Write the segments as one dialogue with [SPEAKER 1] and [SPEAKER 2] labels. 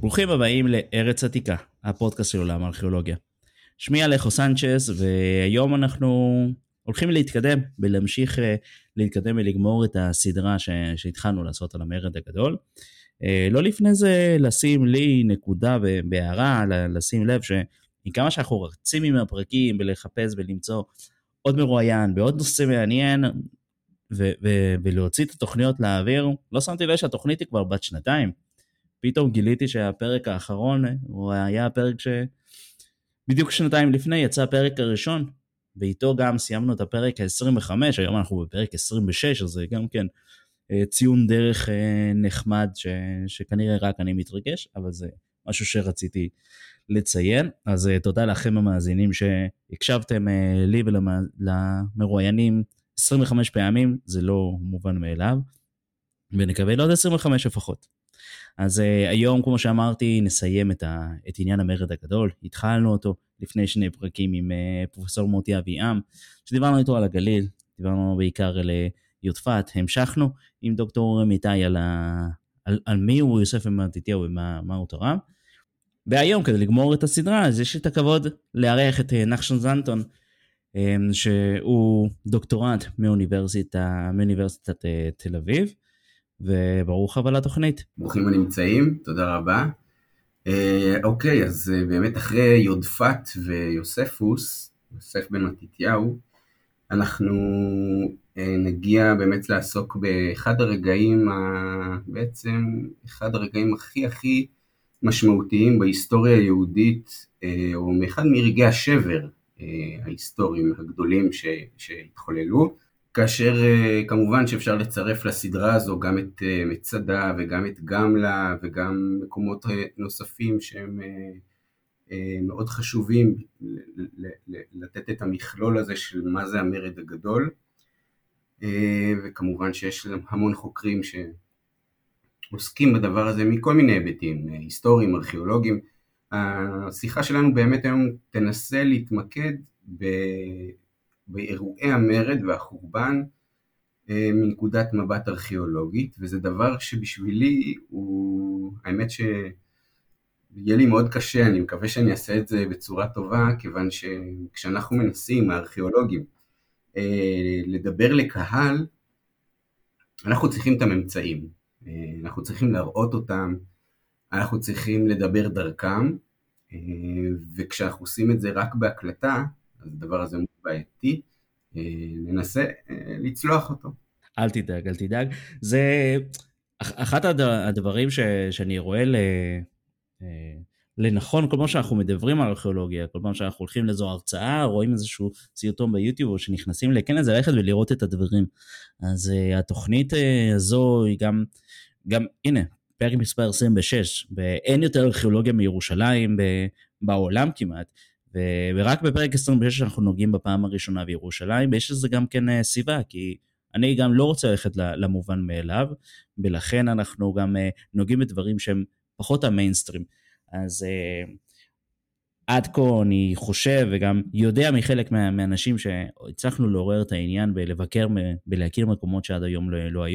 [SPEAKER 1] ברוכים הבאים לארץ עתיקה, הפודקאסט של עולם הארכיאולוגיה. שמי אלכו סנצ'ס, והיום אנחנו הולכים להתקדם ולהמשיך להתקדם ולגמור את הסדרה שהתחלנו לעשות על המרד הגדול. לא לפני זה לשים לי נקודה בהערה, לשים לב שכמה שאנחנו רצים עם הפרקים ולחפש ולמצוא עוד מרואיין בעוד נושא מעניין ולהוציא את התוכניות לאוויר, לא שמתי לב שהתוכנית היא כבר בת שנתיים. פתאום גיליתי שהפרק האחרון הוא היה הפרק שבדיוק שנתיים לפני יצא הפרק הראשון, ואיתו גם סיימנו את הפרק ה-25, היום אנחנו בפרק 26, אז זה גם כן ציון דרך נחמד שכנראה רק אני מתרגש, אבל זה משהו שרציתי לציין. אז תודה לכם המאזינים שהקשבתם לי ולמרואיינים 25 פעמים, זה לא מובן מאליו, ונקווה לעוד 25 לפחות. אז היום, כמו שאמרתי, נסיים את עניין המרד הגדול. התחלנו אותו לפני שני פרקים עם פרופסור מוטי אביעם, שדיברנו איתו על הגליל, דיברנו בעיקר על יודפת, המשכנו עם דוקטור מיטאי על מי הוא יוסף בן מתתיהו ומה הוא תרם. והיום, כדי לגמור את הסדרה, אז יש לי את הכבוד לארח את נחשון זנטון, שהוא דוקטורנט מאוניברסיטת תל אביב, וברוך הבא לתוכנית.
[SPEAKER 2] ברוכים הנמצאים, תודה רבה. אוקיי, אז באמת אחרי יודפת ויוספוס, יוסף בן מתתיהו, אנחנו נגיע באמת לעסוק באחד הרגעים, בעצם אחד הרגעים הכי משמעותיים בהיסטוריה היהודית, או מאחד מרגעי השבר ההיסטוריים הגדולים שהתחוללו, כאשר כמובן שאפשר לצרף לסדרה הזו גם את מצדה וגם את גמלה וגם מקומות נוספים שהם מאוד חשובים לתת את המכלול הזה של מה זה המרד הגדול, וכמובן שיש המון חוקרים שעוסקים בדבר הזה מכל מיני היבטים, היסטוריים, ארכיאולוגיים. השיחה שלנו באמת היום תנסה להתמקד באירועי המרד והחורבן מנקודת מבט ארכיאולוגית, וזה דבר שבשבילי הוא, האמת שיהיה לי מאוד קשה, אני מקווה שאני אעשה את זה בצורה טובה, כיוון שכשאנחנו מנסים, הארכיאולוגים, לדבר לקהל, אנחנו צריכים את הממצאים, אנחנו צריכים להראות אותם, אנחנו צריכים לדבר דרכם, וכשאנחנו עושים את זה רק בהקלטה, אז הדבר הזה הוא בעייתי, ננסה לצלוח אותו.
[SPEAKER 1] אל תדאג. זה אחד הדברים שאני רואה לנכון, כל פעם שאנחנו מדברים על ארכיאולוגיה, כל פעם שאנחנו הולכים לאיזו הרצאה, רואים איזשהו סרטון ביוטיוב, או שנכנסים לכנס, זה ללכת ולראות את הדברים. אז התוכנית הזו היא גם הנה, פרק מספר 26, ואין יותר ארכיאולוגיה מירושלים בעולם כמעט, ורק בפרק 26 אנחנו נוגעים בפעם הראשונה בירושלים, ויש לזה גם כן סיבה, כי אני גם לא רוצה ללכת למובן מאליו, ולכן אנחנו גם נוגעים בדברים שהם פחות המיינסטרים. אז עד כה אני חושב וגם יודע מחלק מהאנשים שהצלחנו לעורר את העניין ולבקר ולהכיר מקומות שעד היום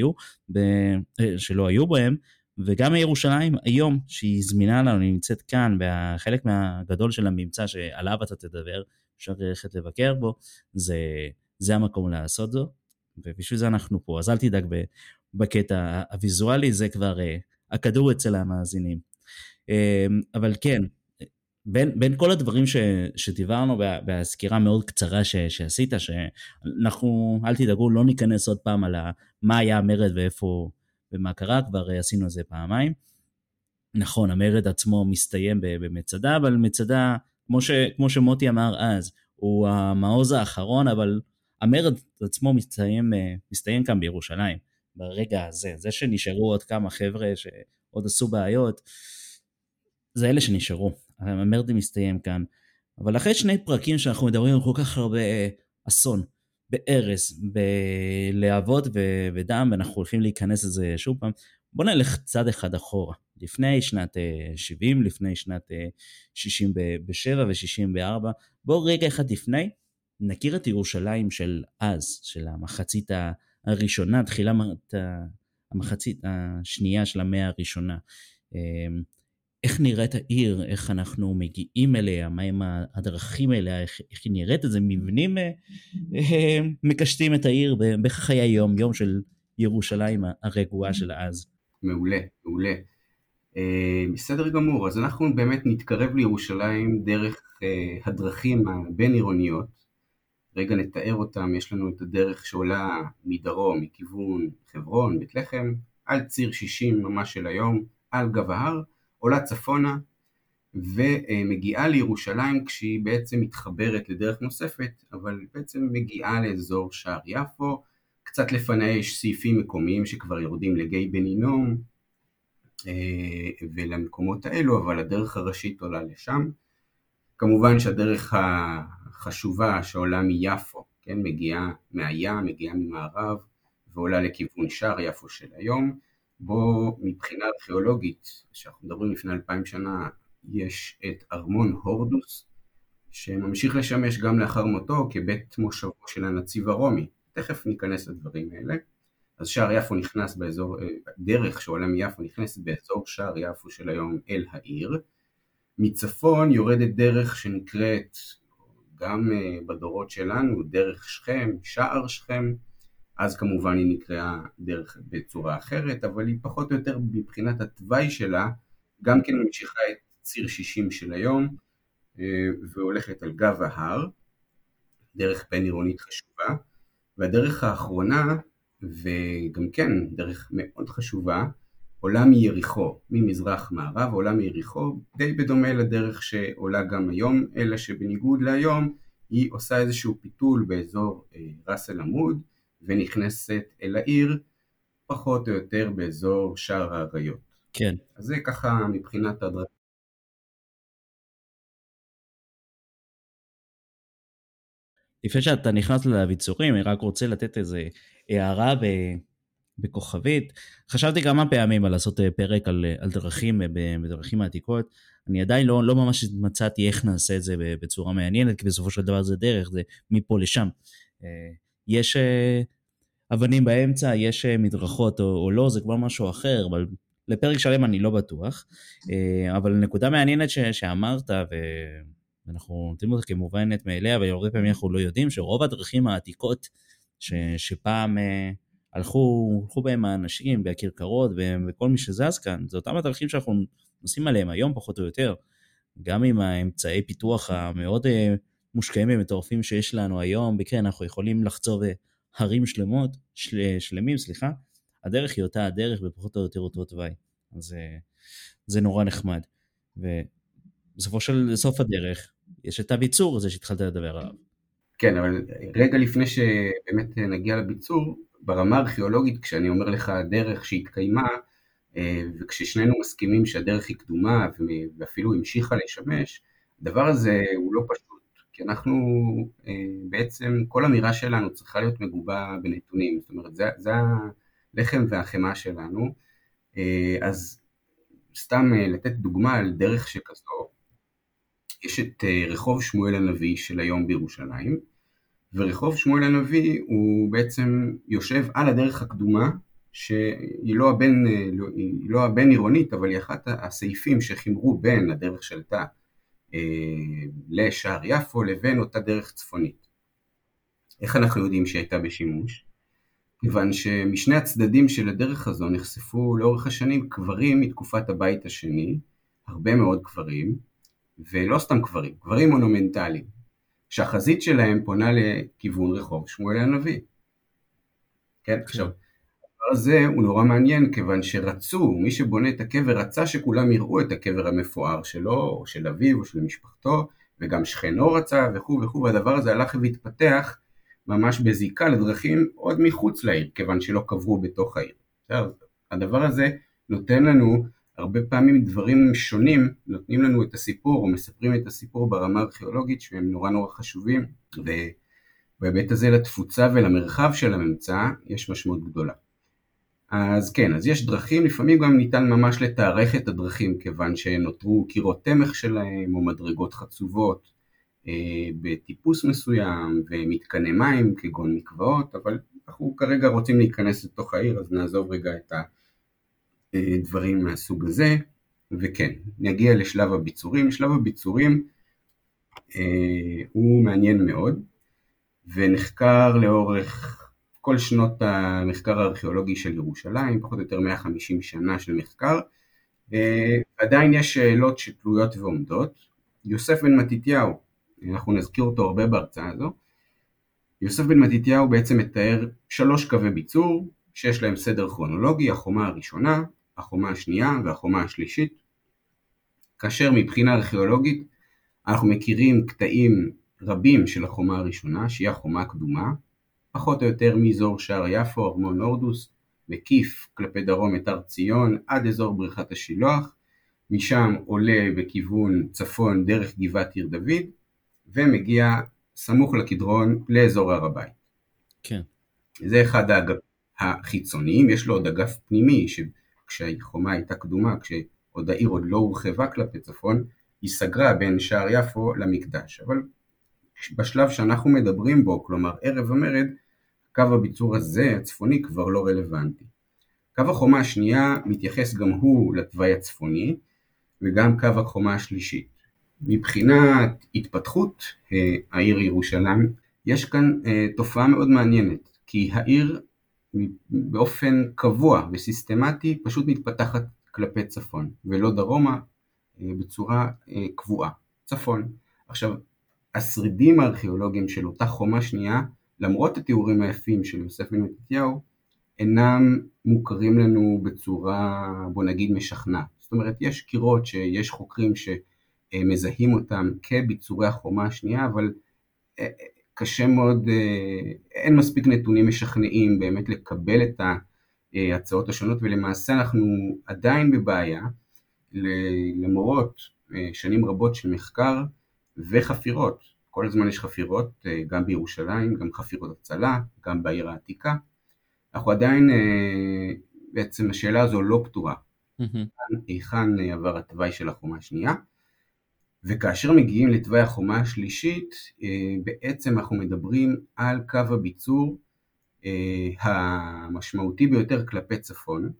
[SPEAKER 1] שלא היו בהם, וגם ירושלים היום שהיא זמינה לנו, נמצאת כאן, והחלק מהגדול של הממצא שעליו אתה תדבר, אפשר ללכת לבקר בו, זה המקום לעשות זו, ובשביל זה אנחנו פה. אז אל תדאג בקטע הוויזואלי, זה כבר הכדור אצל המאזינים. אבל כן, בין כל הדברים שדיברנו בסקירה מאוד קצרה שעשית, שאנחנו, אל תדאגו, לא ניכנס עוד פעם על מה היה המרד ואיפה ומה קרה, כבר עשינו את זה פעמיים. נכון, המרד עצמו מסתיים במצדה, אבל מצדה, כמו שמוטי אמר אז, הוא המעוז האחרון, אבל המרד עצמו מסתיים כאן בירושלים, ברגע הזה. זה שנשארו עוד כמה חבר'ה שעוד עשו בעיות, זה אלה שנשארו. המרד מסתיים כאן. אבל אחרי שני פרקים שאנחנו מדברים על כל כך הרבה אסון, בארס, בלהבות ודם, ואנחנו הולכים להיכנס לזה שוב פעם, בוא נלך צד אחד אחורה, לפני שנת 70, לפני שנת 67 ו-64, בואו רגע אחד לפני, נכיר את ירושלים של אז, של המחצית הראשונה, תחילה המחצית השנייה של המאה הראשונה. איך נראית העיר, איך אנחנו מגיעים אליה, מהם הדרכים אליה, איך היא נראית, איזה מבנים מקשטים את העיר בחיי היום, יום של ירושלים הרגועה של אז.
[SPEAKER 2] מעולה, מעולה. בסדר גמור, אז אנחנו באמת נתקרב לירושלים דרך הדרכים הבין עירוניות. רגע נתאר אותם, יש לנו את הדרך שעולה מדרום, מכיוון חברון, בית לחם, על ציר 60 ממש של היום, על גב ההר, עולה צפונה, ומגיעה לירושלים כשהיא בעצם מתחברת לדרך נוספת, אבל בעצם מגיעה לאזור שער יפו, קצת לפניה יש סעיפים מקומיים שכבר יורדים לגיא בן הינום, ולמקומות האלו, אבל הדרך הראשית עולה לשם. כמובן שהדרך החשובה שעולה מיפו, כן, מגיעה מהים, מגיעה ממערב, ועולה לכיוון שער יפו של היום, בו מבחינה ארכיאולוגית, שאנחנו מדברים לפני 2000 שנה, יש את ארמון הורדוס, שממשיך לשמש גם לאחר מותו כבית מושבו של הנציב הרומי. תכף ניכנס לדברים האלה. אז שער יפו נכנס באזור, דרך שעולה מיפו נכנסת באזור שער יפו של היום אל העיר. מצפון יורדת דרך שנקראת גם בדורות שלנו דרך שכם, שער שכם, אז כמובן היא נקראה דרך בצורה אחרת, אבל היא פחות או יותר מבחינת התוואי שלה, גם כן ממשיכה את ציר 60 של היום, והולכת על גב ההר, דרך בין עירונית חשובה, והדרך האחרונה, וגם כן דרך מאוד חשובה, עולה מיריחו, ממזרח מערב, עולה מיריחו, די בדומה לדרך שעולה גם היום, אלא שבניגוד להיום, היא עושה איזשהו פיתול באזור רס אל עמוד, ונכנסת אל העיר, פחות או יותר באזור שער האריות.
[SPEAKER 1] כן.
[SPEAKER 2] אז זה ככה מבחינת הדרך.
[SPEAKER 1] לפני שאתה נכנס לביצורים, אני רק רוצה לתת איזה הערה בכוכבית. חשבתי כמה פעמים על לעשות פרק על דרכים, בדרכים העתיקות. אני עדיין לא ממש מצאתי איך נעשה את זה בצורה מעניינת, כי בסופו של דבר זה דרך, זה מפה לשם. יש אבנים באמצע, יש מדרכות או לא, זה כבר משהו אחר, אבל לפרק שלם אני לא בטוח. אבל נקודה מעניינת שאמרת, ואנחנו נותנים אותה כמובנת מאליה, אבל הרבה פעמים אנחנו לא יודעים שרוב הדרכים העתיקות שפעם הלכו בהם האנשים והכרכרות וכל מי שזז כאן, זה אותם הדרכים שאנחנו נוסעים עליהם היום פחות או יותר, גם עם האמצעי פיתוח המאוד מושקעים ומטורפים שיש לנו היום, בכן אנחנו יכולים לחצוב הרים שלמים, הדרך היא אותה הדרך ופחות או יותר אותו תוואי, אז זה נורא נחמד, בסוף הדרך יש את הביצור הזה שהתחלת לדבר עליו.
[SPEAKER 2] כן, אבל רגע לפני שבאמת נגיע לביצור, ברמה הארכיאולוגית, כשאני אומר לך הדרך שהתקיימה, וכששנינו מסכימים שהדרך היא קדומה ואפילו המשיכה לשמש, הדבר הזה הוא לא פשוט, כי אנחנו בעצם, כל אמירה שלנו צריכה להיות מגובה בנתונים, זאת אומרת, זה הלחם והחמה שלנו, אז סתם לתת דוגמה על דרך שכזו, יש את רחוב שמואל הנביא של היום בירושלים, ורחוב שמואל הנביא הוא בעצם יושב על הדרך הקדומה, שהיא לא הבין עירונית, אבל היא אחת הסעיפים שחימרו בין הדרך שלתה לשער יפו לבין אותה דרך צפונית. איך אנחנו יודעים שהיא הייתה בשימוש? כיוון שמשני הצדדים של הדרך הזו נחשפו לאורך השנים קברים מתקופת הבית השני, הרבה מאוד קברים, ולא סתם קברים מונומנטליים, שהחזית שלהם פונה לכיוון רחוב שמואל הנביא. כן, עכשיו, הדבר הזה הוא נורא מעניין, כיוון שרצו, מי שבונה את הקבר רצה שכולם יראו את הקבר המפואר שלו, או של אביו, או של משפחתו, וגם שכנו רצה וכו' וכו', והדבר הזה הלך והתפתח ממש בזיקה לדרכים עוד מחוץ לעיר, כיוון שלא קברו בתוך העיר. הדבר הזה נותן לנו הרבה פעמים דברים שונים, נותנים לנו את הסיפור, או מספרים את הסיפור ברמה הארכיאולוגית, שהם נורא נורא חשובים, ובהיבט הזה לתפוצה ולמרחב של הממצא, יש משמעות גדולה. אז כן, אז יש דרכים, לפעמים גם ניתן ממש לתארך את הדרכים, כיוון שנותרו קירות תמך שלהם, או מדרגות חצובות, בטיפוס מסוים, ומתקני מים, כגון מקוואות, אבל אנחנו כרגע רוצים להיכנס לתוך העיר, אז נעזוב רגע את הדברים מהסוג הזה. וכן, נגיע לשלב הביצורים. שלב הביצורים הוא מעניין מאוד, ונחקר לאורך כל שנות המחקר הארכיאולוגי של ירושלים, פחות או יותר 150 שנה של מחקר. עדיין יש שאלות שתלויות ועומדות. יוסף בן מתתיהו, אנחנו נזכיר אותו הרבה בהרצאה הזו. יוסף בן מתתיהו בעצם מתאר 3 קווי ביצור, שיש להם סדר כרונולוגי, החומה הראשונה, החומה השנייה והחומה השלישית. כאשר מבחינה ארכיאולוגית אנחנו מכירים קטעים רבים של החומה הראשונה, שהיא החומה הקדומה, פחות או יותר מאזור שער יפו, ארמון הורדוס, מקיף כלפי דרום את הר ציון עד אזור בריכת השילוח, משם עולה בכיוון צפון דרך גבעת עיר דוד, ומגיע סמוך לקדרון לאזור הר הבית.
[SPEAKER 1] כן.
[SPEAKER 2] זה אחד האגפים החיצוניים. יש לו עוד אגף פנימי, כשהחומה הייתה קדומה, כשעוד העיר עוד לא הורחבה כלפי צפון, היא סגרה בין שער יפו למקדש. אבל בשלב שאנחנו מדברים בו, כלומר ערב המרד, קו הביצור הזה הצפוני כבר לא רלוונטי. קו החומה השנייה מתייחס גם הוא לתוואי הצפוני, וגם קו החומה השלישית. מבחינת התפתחות העיר ירושלים, יש כאן תופעה מאוד מעניינת, כי העיר באופן קבוע וסיסטמטי פשוט מתפתחת כלפי צפון, ולא דרומה, בצורה קבועה, צפון. עכשיו, השרידים הארכיאולוגיים של אותה חומה שנייה, למרות התיאורים היפים של יוסף בן מתתיהו, אינם מוכרים לנו בצורה, בוא נגיד, משכנעת. זאת אומרת, יש קירות שיש חוקרים שמזהים אותם כביצורי החומה השנייה, אבל קשה מאוד, אין מספיק נתונים משכנעים באמת לקבל את ההצעות השונות, ולמעשה אנחנו עדיין בבעיה, למרות שנים רבות של מחקר וחפירות. כל הזמן יש חפירות, גם בירושלים, גם חפירות הצלה, גם בעיר העתיקה. אנחנו עדיין, בעצם השאלה הזו לא פתורה. היכן עבר התוואי של החומה השנייה, וכאשר מגיעים לתוואי החומה השלישית, בעצם אנחנו מדברים על קו הביצור המשמעותי ביותר כלפי צפון,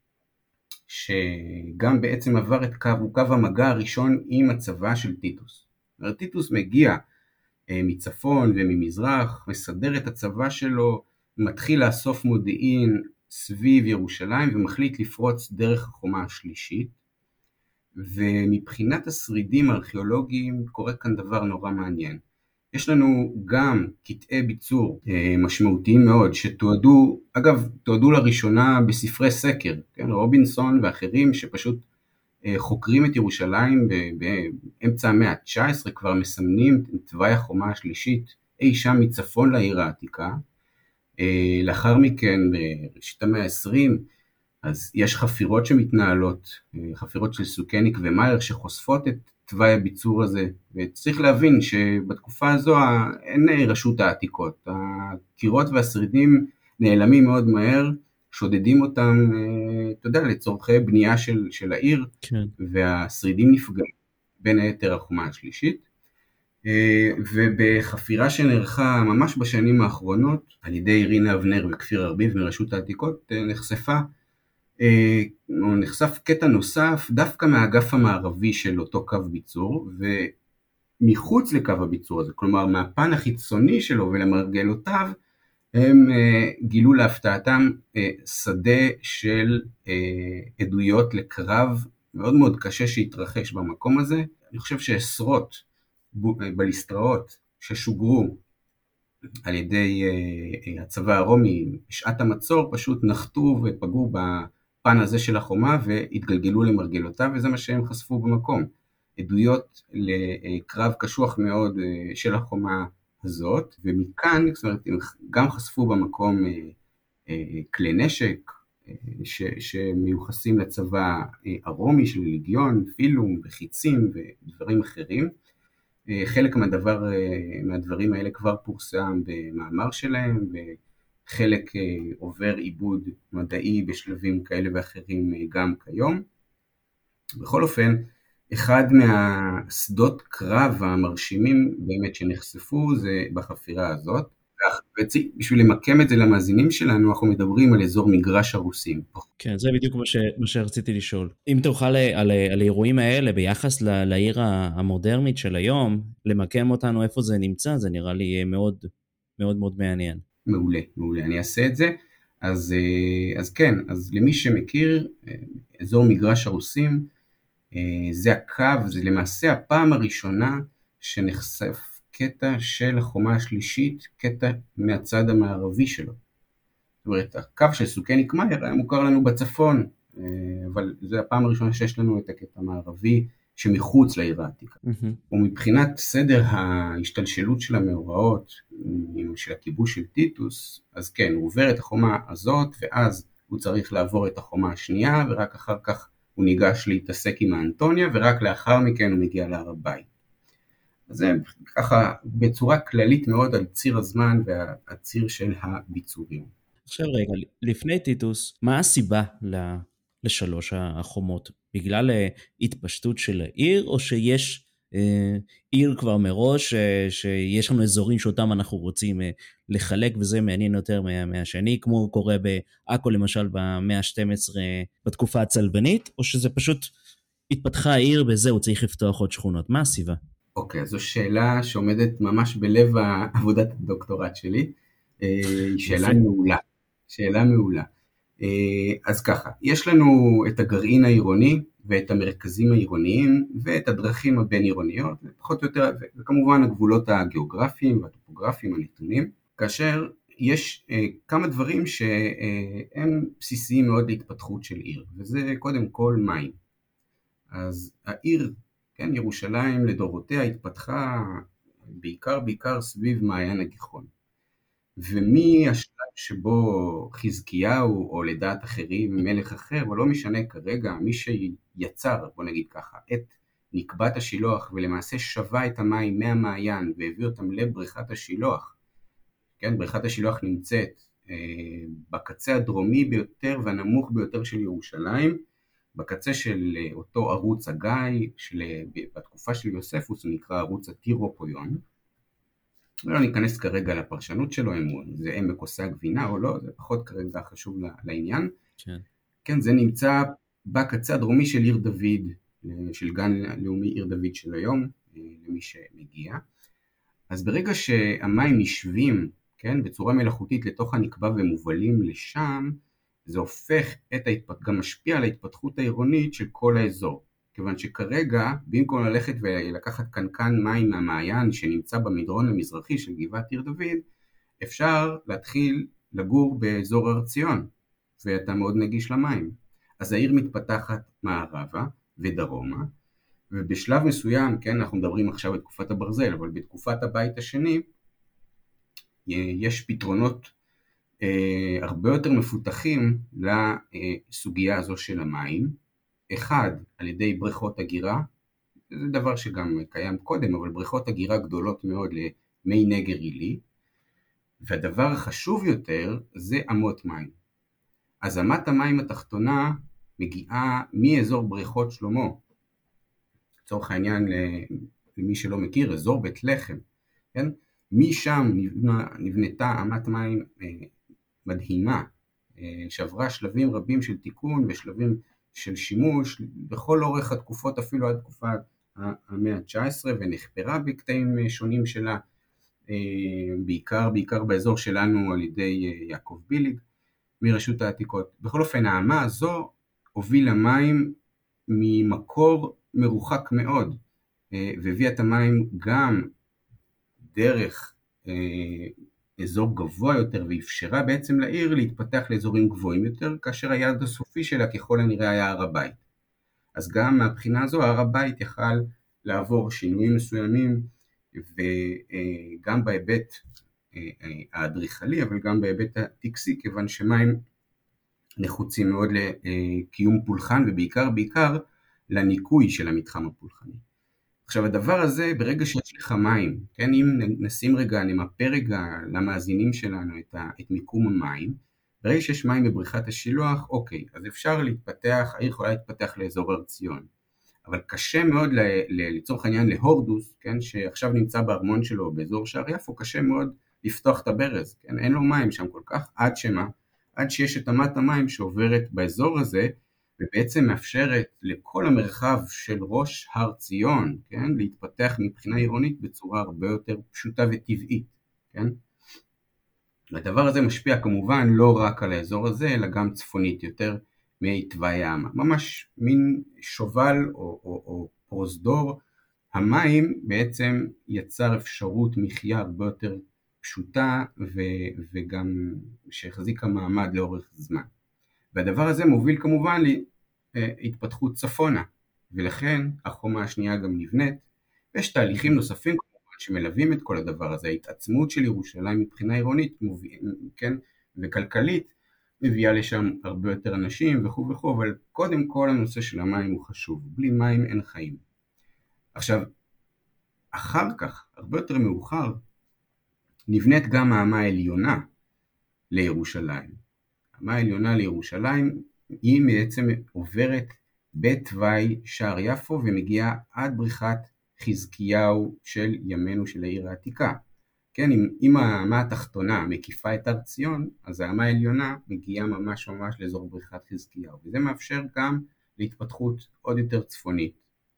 [SPEAKER 2] שגם בעצם עבר את קו המגע הראשון עם הצבא של טיטוס. טיטוס מגיע מצפון וממזרח, מסדר את הצבא שלו, מתחיל לאסוף מודיעין סביב ירושלים ומחליט לפרוץ דרך החומה השלישית. ומבחינת השרידים הארכיאולוגיים קורה כאן דבר נורא מעניין. יש לנו גם קטעי ביצור משמעותיים מאוד שתועדו, אגב, תועדו לראשונה בספרי סקר, כן? רובינסון ואחרים שפשוט חוקרים את ירושלים באמצע המאה ה-19, כבר מסמנים את תוואי החומה השלישית אי שם מצפון לעיר העתיקה. לאחר מכן, בראשית המאה ה-20, אז יש חפירות שמתנהלות, חפירות של סוכניק ומאייר שחושפות את תוואי הביצור הזה, וצריך להבין שבתקופה הזו אין רשות העתיקות, הקירות והשרידים נעלמים מאוד מהר, שודדים אותם, אתה יודע, לצורכי בנייה של העיר,
[SPEAKER 1] כן.
[SPEAKER 2] והשרידים נפגעים, בין היתר החומה השלישית, ובחפירה שנערכה ממש בשנים האחרונות, על ידי רינה אבנר וכפיר ארביב מרשות העתיקות, נחשף קטע נוסף דווקא מהאגף המערבי של אותו קו ביצור, ומחוץ לקו הביצור הזה, כלומר מהפן החיצוני שלו ולמרגלותיו, הם גילו להפתעתם שדה של עדויות לקרב מאוד מאוד קשה שהתרחש במקום הזה. אני חושב שעשרות בליסטראות ששוגרו על ידי הצבא הרומי בשעת המצור פשוט נחתו ופגעו בפן הזה של החומה והתגלגלו למרגלותיו, וזה מה שהם חשפו במקום. עדויות לקרב קשוח מאוד של החומה הזאת, ומכאן, זאת אומרת, הם גם חשפו במקום כלי נשק שמיוחסים לצבא הרומי של ליגיון, פילום וחיצים ודברים אחרים. חלק מהדברים האלה כבר פורסם במאמר שלהם, וחלק עובר עיבוד מדעי בשלבים כאלה ואחרים גם כיום. בכל אופן, אחד מהשדות קרב המרשימים באמת שנחשפו זה בחפירה הזאת. בשביל למקם את זה למאזינים שלנו, אנחנו מדברים על אזור מגרש הרוסים.
[SPEAKER 1] כן, זה בדיוק מה שרציתי לשאול. אם תוכל על האירועים האלה, ביחס לעיר המודרנית של היום, למקם אותנו איפה זה נמצא, זה נראה לי מאוד מאוד מאוד מעניין.
[SPEAKER 2] מעולה, מעולה, אני אעשה את זה. אז כן, אז למי שמכיר, אזור מגרש הרוסים, זה הקו, זה למעשה הפעם הראשונה שנחשף קטע של החומה השלישית, קטע מהצד המערבי שלו. זאת אומרת, הקו של סוכניק מאייר היה מוכר לנו בצפון, אבל זה הפעם הראשונה שיש לנו את הקטע המערבי שמחוץ לעיר העתיקה. ומבחינת סדר ההשתלשלות של המאורעות, של הכיבוש של טיטוס, אז כן, הוא עובר את החומה הזאת, ואז הוא צריך לעבור את החומה השנייה, ורק אחר כך הוא ניגש להתעסק עם האנטוניה, ורק לאחר מכן הוא מגיע להר הבית. אז זה ככה בצורה כללית מאוד על ציר הזמן והציר של הביצורים.
[SPEAKER 1] עכשיו רגע, לפני טיטוס, מה הסיבה לשלוש החומות? בגלל התפשטות של העיר, או שיש עיר כבר מראש, שיש לנו אזורים שאותם אנחנו רוצים לחלק, וזה מעניין יותר מהשני, כמו קורה בעכו למשל במאה ה-12 בתקופה הצלבנית, או שזה פשוט התפתחה העיר וזהו, צריך לפתוח עוד שכונות? מה הסיבה?
[SPEAKER 2] אוקיי, זו שאלה שעומדת ממש בלב עבודת הדוקטורט שלי, היא שאלה מעולה. שאלה מעולה. אז ככה, יש לנו את הגרעין העירוני ואת המרכזים העירוניים ואת הדרכים הבין עירוניות, פחות או יותר, וכמובן הגבולות הגיאוגרפיים והטופוגרפיים הנתונים, כאשר יש כמה דברים שהם בסיסיים מאוד להתפתחות של עיר, וזה קודם כל מים. אז העיר, כן, ירושלים לדורותיה התפתחה בעיקר סביב מעיין הגיחון. ומהשלב שבו חזקיהו, או לדעת אחרים, מלך אחר, אבל לא משנה כרגע, מי שיצר, בוא נגיד ככה, את נקבת השילוח, ולמעשה שווה את המים מהמעיין, והביא אותם לבריכת השילוח, כן, בריכת השילוח נמצאת בקצה הדרומי ביותר והנמוך ביותר של ירושלים, בקצה של אותו ערוץ הגיא, בתקופה של יוספוס הוא נקרא ערוץ הטירופויון, ולא ניכנס כרגע לפרשנות שלו, אם זה עמק עושה הגבינה או לא, זה פחות כרגע חשוב לעניין.
[SPEAKER 1] כן.
[SPEAKER 2] כן, זה נמצא בקצה הדרומי של עיר דוד, של גן לאומי עיר דוד של היום, למי שמגיע. אז ברגע שהמים נשבים, כן, בצורה מלאכותית לתוך הנקבה ומובלים לשם, זה הופך גם משפיע על ההתפתחות העירונית של כל האזור. כיוון שכרגע, במקום ללכת ולקחת קנקן מים מהמעיין שנמצא במדרון המזרחי של גבעת עיר דוד, אפשר להתחיל לגור באזור הר ציון, ואתה מאוד נגיש למים. אז העיר מתפתחת מערבה ודרומה, ובשלב מסוים, כן, אנחנו מדברים עכשיו בתקופת הברזל, אבל בתקופת הבית השני, יש פתרונות הרבה יותר מפותחים לסוגיה הזו של המים, אחד, על ידי בריכות הגירה, זה דבר שגם קיים קודם, אבל בריכות הגירה גדולות מאוד למי נגר עילי, והדבר החשוב יותר זה אמות מים. אז אמת המים התחתונה מגיעה מאזור בריכות שלמה, לצורך העניין למי שלא מכיר, אזור בית לחם, כן? משם נבנתה אמת מים מדהימה, שעברה שלבים רבים של תיקון ושלבים של שימוש בכל אורך התקופות, אפילו עד תקופת המאה ה-19, ונחפרה בקטעים שונים שלה, בעיקר באזור שלנו על ידי יעקב ביליג מרשות העתיקות. בכל אופן, האמה הזו הובילה מים ממקור מרוחק מאוד, והביאה את המים גם דרך אזור גבוה יותר, ואפשרה בעצם לעיר להתפתח לאזורים גבוהים יותר, כאשר היעד הסופי שלה ככל הנראה היה הר הבית. אז גם מהבחינה הזו הר הבית יכל לעבור שינויים מסוימים, וגם בהיבט האדריכלי, אבל גם בהיבט הטקסי, כיוון שמים נחוצים מאוד לקיום פולחן, ובעיקר לניקוי של המתחם הפולחני. עכשיו הדבר הזה, ברגע שיש לך מים, כן, אם נמפה רגע למאזינים שלנו את מיקום המים, ברגע שיש מים בבריכת השילוח, אוקיי, אז אפשר להתפתח, העיר יכולה להתפתח לאזור הר ציון, אבל קשה מאוד לצורך העניין להורדוס, כן, שעכשיו נמצא בארמון שלו באזור שער יפו, קשה מאוד לפתוח את הברז, כן? אין לו מים שם כל כך, עד שיש את אמת המים שעוברת באזור הזה, ובעצם מאפשרת לכל המרחב של ראש הר ציון, כן? להתפתח מבחינה עירונית בצורה הרבה יותר פשוטה וטבעית, כן? והדבר הזה משפיע כמובן לא רק על האזור הזה, אלא גם צפונית יותר מי תוואי העמה. ממש מין שובל או פרוזדור, המים בעצם יצר אפשרות מחיה הרבה יותר פשוטה וגם שהחזיקה מעמד לאורך זמן. והדבר הזה מוביל כמובן להתפתחות צפונה, ולכן החומה השנייה גם נבנית, ויש תהליכים נוספים שמלווים את כל הדבר הזה, ההתעצמות של ירושלים מבחינה עירונית, כן, וכלכלית, מביאה לשם הרבה יותר אנשים וכו' וכו', אבל קודם כל הנושא של המים הוא חשוב, בלי מים אין חיים. עכשיו, אחר כך, הרבה יותר מאוחר, נבנית גם האמה העליונה לירושלים. האמה העליונה לירושלים היא בעצם עוברת בתוואי שער יפו ומגיעה עד בריכת חזקיהו של ימינו של העיר העתיקה. כן, אם האמה התחתונה מקיפה את הר ציון, אז האמה העליונה מגיעה ממש לאזור בריכת חזקיהו, וזה מאפשר גם להתפתחות עוד יותר צפונית.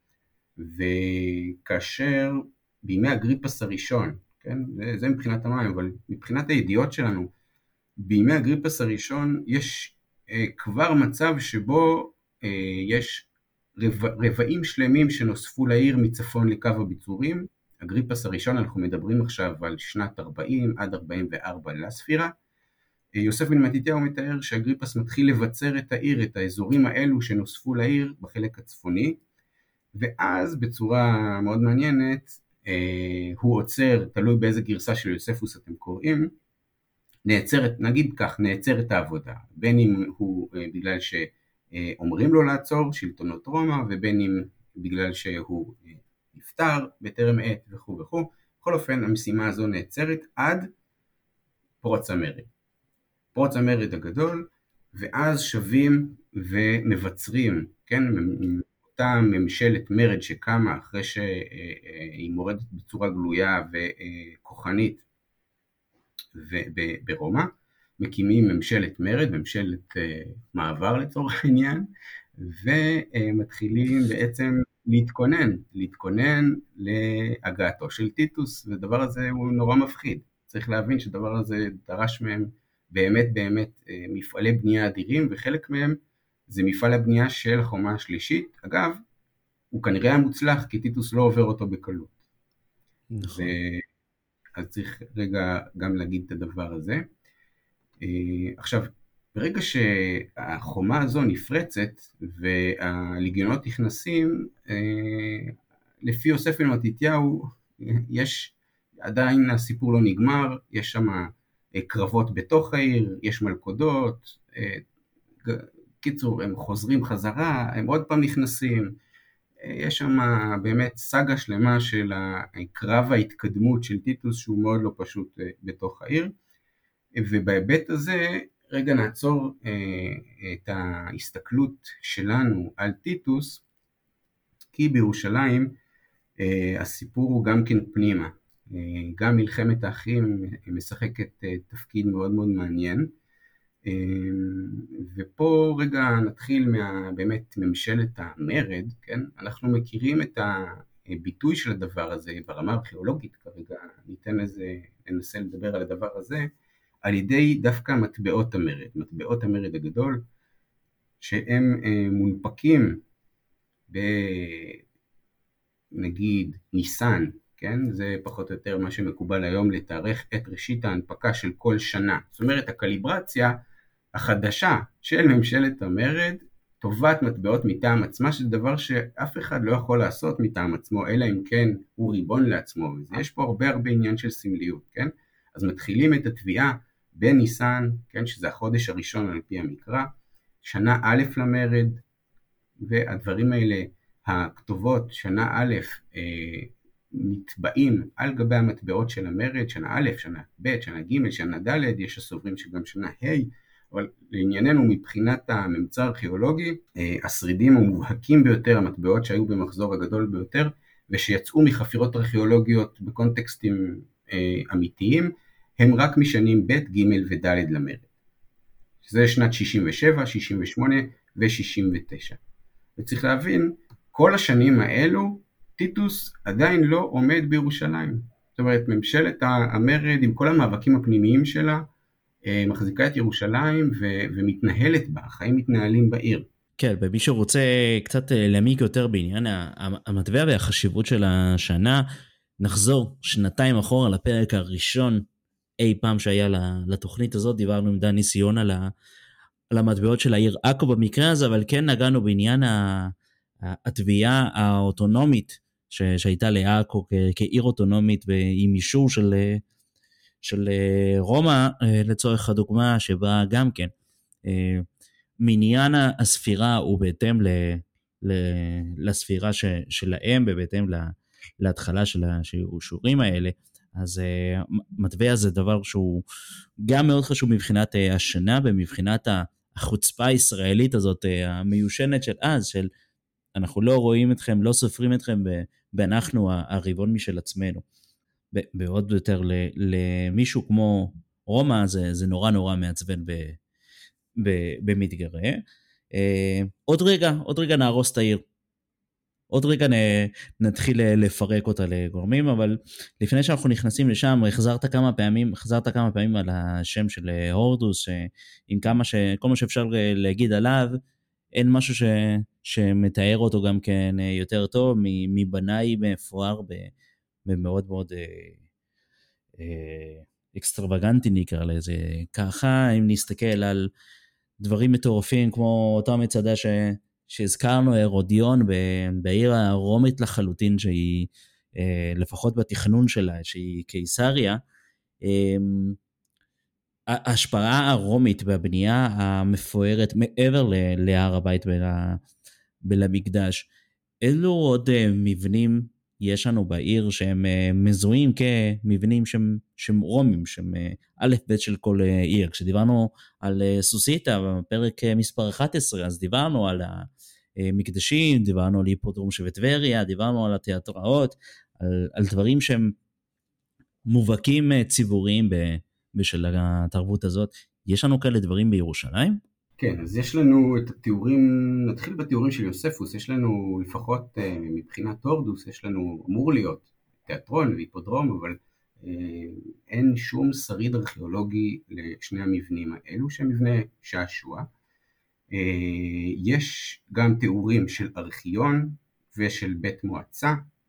[SPEAKER 2] וכאשר בימי אגריפס הראשון, כן, זה מבחינת המים, אבל מבחינת הידיעות שלנו, בימי אגריפס הראשון יש כבר מצב שבו יש רבעים שלמים שנוספו לעיר מצפון לקו הביצורים. אגריפס הראשון, אנחנו מדברים עכשיו על שנת 40 עד 44 לספירה. יוסף בן מתתיהו מתאר שאגריפס מתחיל לבצר את העיר, את האזורים האלו שנוספו לעיר בחלק הצפוני, ואז בצורה מאוד מעניינת הוא עוצר, תלוי באיזה גרסה של יוספוס אתם קוראים, נגיד כך, נעצר את העבודה, בין אם הוא בגלל שאומרים לו לעצור, שלטונות רומא, ובין אם בגלל שהוא נפטר בטרם עת וכו' וכו'. בכל אופן המשימה הזו נעצרת עד פרוץ המרד. פרוץ המרד הגדול, ואז שבים ומבצרים, כן, אותה ממשלת מרד שקמה אחרי שהיא מורדת בצורה גלויה וכוחנית ברומא, מקימים ממשלת מרד, ממשלת מעבר לצורך העניין, ומתחילים בעצם להתכונן להגעתו של טיטוס, והדבר הזה הוא נורא מפחיד. צריך להבין שדבר הזה דרש מהם באמת מפעלי בנייה אדירים, וחלק מהם זה מפעל הבנייה של החומה השלישית. אגב, הוא כנראה היה מוצלח, כי טיטוס לא עובר אותו בקלות.
[SPEAKER 1] נכון.
[SPEAKER 2] אז צריך רגע גם להגיד את הדבר הזה. עכשיו, ברגע שהחומה הזו נפרצת והלגיונות נכנסים, לפי יוסף בן מתתיהו, עדיין הסיפור לא נגמר, יש שם קרבות בתוך העיר, יש מלכודות, קיצור, הם חוזרים חזרה, הם עוד פעם נכנסים, יש שם באמת סגה שלמה של הקרב ההתקדמות של טיטוס, שהוא מאוד לא פשוט בתוך העיר, ובהיבט הזה רגע נעצור את ההסתכלות שלנו על טיטוס, כי בירושלים הסיפור הוא גם כן פנימה, גם מלחמת האחים משחקת תפקיד מאוד מאוד מעניין, ופה רגע נתחיל באמת ממשלת המרד, כן? אנחנו מכירים את הביטוי של הדבר הזה ברמה הארכיאולוגית, כרגע ננסה לדבר על הדבר הזה, על ידי דווקא מטבעות המרד הגדול, שהם מונפקים נגיד ניסן, כן? זה פחות או יותר מה שמקובל היום לתארך את ראשית ההנפקה של כל שנה. זאת אומרת, הקליברציה החדשה של ממשלת המרד, טובת מטבעות מטעם עצמה, שזה דבר שאף אחד לא יכול לעשות מטעם עצמו, אלא אם כן הוא ריבון לעצמו. יש פה הרבה עניין של סמליות, כן? אז מתחילים את התביעה בניסן, כן? שזה החודש הראשון על פי המקרא, שנה א' למרד, והדברים האלה, הכתובות שנה א', נטבעים על גבי המטבעות של המרד, שנה א', שנה ב', שנה ג', שנה ד', יש הסוברים שגם שנה ה', אבל לענייננו מבחינת הממצא הארכיאולוגי, השרידים המובהקים ביותר, המטבעות שהיו במחזור הגדול ביותר, ושיצאו מחפירות ארכיאולוגיות בקונטקסטים אמיתיים, הם רק משנים ב', ג' וד' למרד. זה שנת 67, 68 ו-69. וצריך להבין, כל השנים האלו, טיטוס עדיין לא עומד בירושלים. זאת אומרת, ממשלת המרד עם כל המאבקים הפנימיים שלה, מחזיקה את ירושלים ומתנהלת בה, החיים מתנהלים בעיר.
[SPEAKER 1] כן, ומי שרוצה קצת להעמיק יותר בעניין המטבע והחשיבות של השנה, נחזור שנתיים אחורה לפרק הראשון אי פעם שהיה לתוכנית הזאת, דיברנו עם דני סיון על המטבעות של העיר עכו במקרה הזה, אבל כן נגענו בעניין התביעה האוטונומית שהייתה לעכו כעיר אוטונומית עם אישור של רומא לצורך הדוגמה, שבה גם כן מניין הספירה הוא בהתאם לספירה שלהם ובהתאם להתחלה של האישורים האלה. אז מטבע זה דבר שהוא גם מאוד חשוב מבחינת השנה ומבחינת החוצפה הישראלית הזאת המיושנת של אז, של אנחנו לא רואים אתכם, לא סופרים אתכם ואנחנו הריבון משל עצמנו. בעוד יותר למישהו כמו רומא זה נורא נורא מעצבן במתגרה. עוד רגע נהרוס את העיר. עוד רגע נתחיל לפרק אותה לגורמים, אבל לפני שאנחנו נכנסים לשם, חזרת כמה פעמים על השם של הורדוס, עם כל מה שאפשר להגיד עליו, אין משהו שמתאר אותו גם כן יותר טוב, מבנאי מפואר במאוד מאוד אקסטרווגנטי נקרא לזה ככה. אם נסתכל על דברים מטורפים כמו אותה מצדה שהזכרנו, הרודיון בעיר הרומית לחלוטין, שהיא לפחות בתכנון שלה, שהיא קיסריה, ההשפעה הרומית והבנייה המפוארת מעבר להר הבית ולמקדש. אילו עוד מבנים יש לנו בעיר שהם מזוהים כמבנים שהם רומים, שהם א' ב' של כל עיר. כשדיברנו על סוסיתא בפרק מספר 11, אז דיברנו על המקדשים, דיברנו על היפודרום שבטבריה, דיברנו על התיאטראות, על דברים שהם מובהקים ציבוריים בשל התרבות הזאת. יש לנו כאלה דברים בירושלים?
[SPEAKER 2] כן, אז יש לנו את התיאורים, נתחיל בתיאורים של יוספוס, יש לנו לפחות מבחינת הורדוס, יש לנו, אמור להיות תיאטרון והיפודרום, אבל אין שום שריד ארכיאולוגי לשני המבנים האלו, שהם מבנה שעשוע. יש גם תיאורים של ארכיון ושל בית מועצה,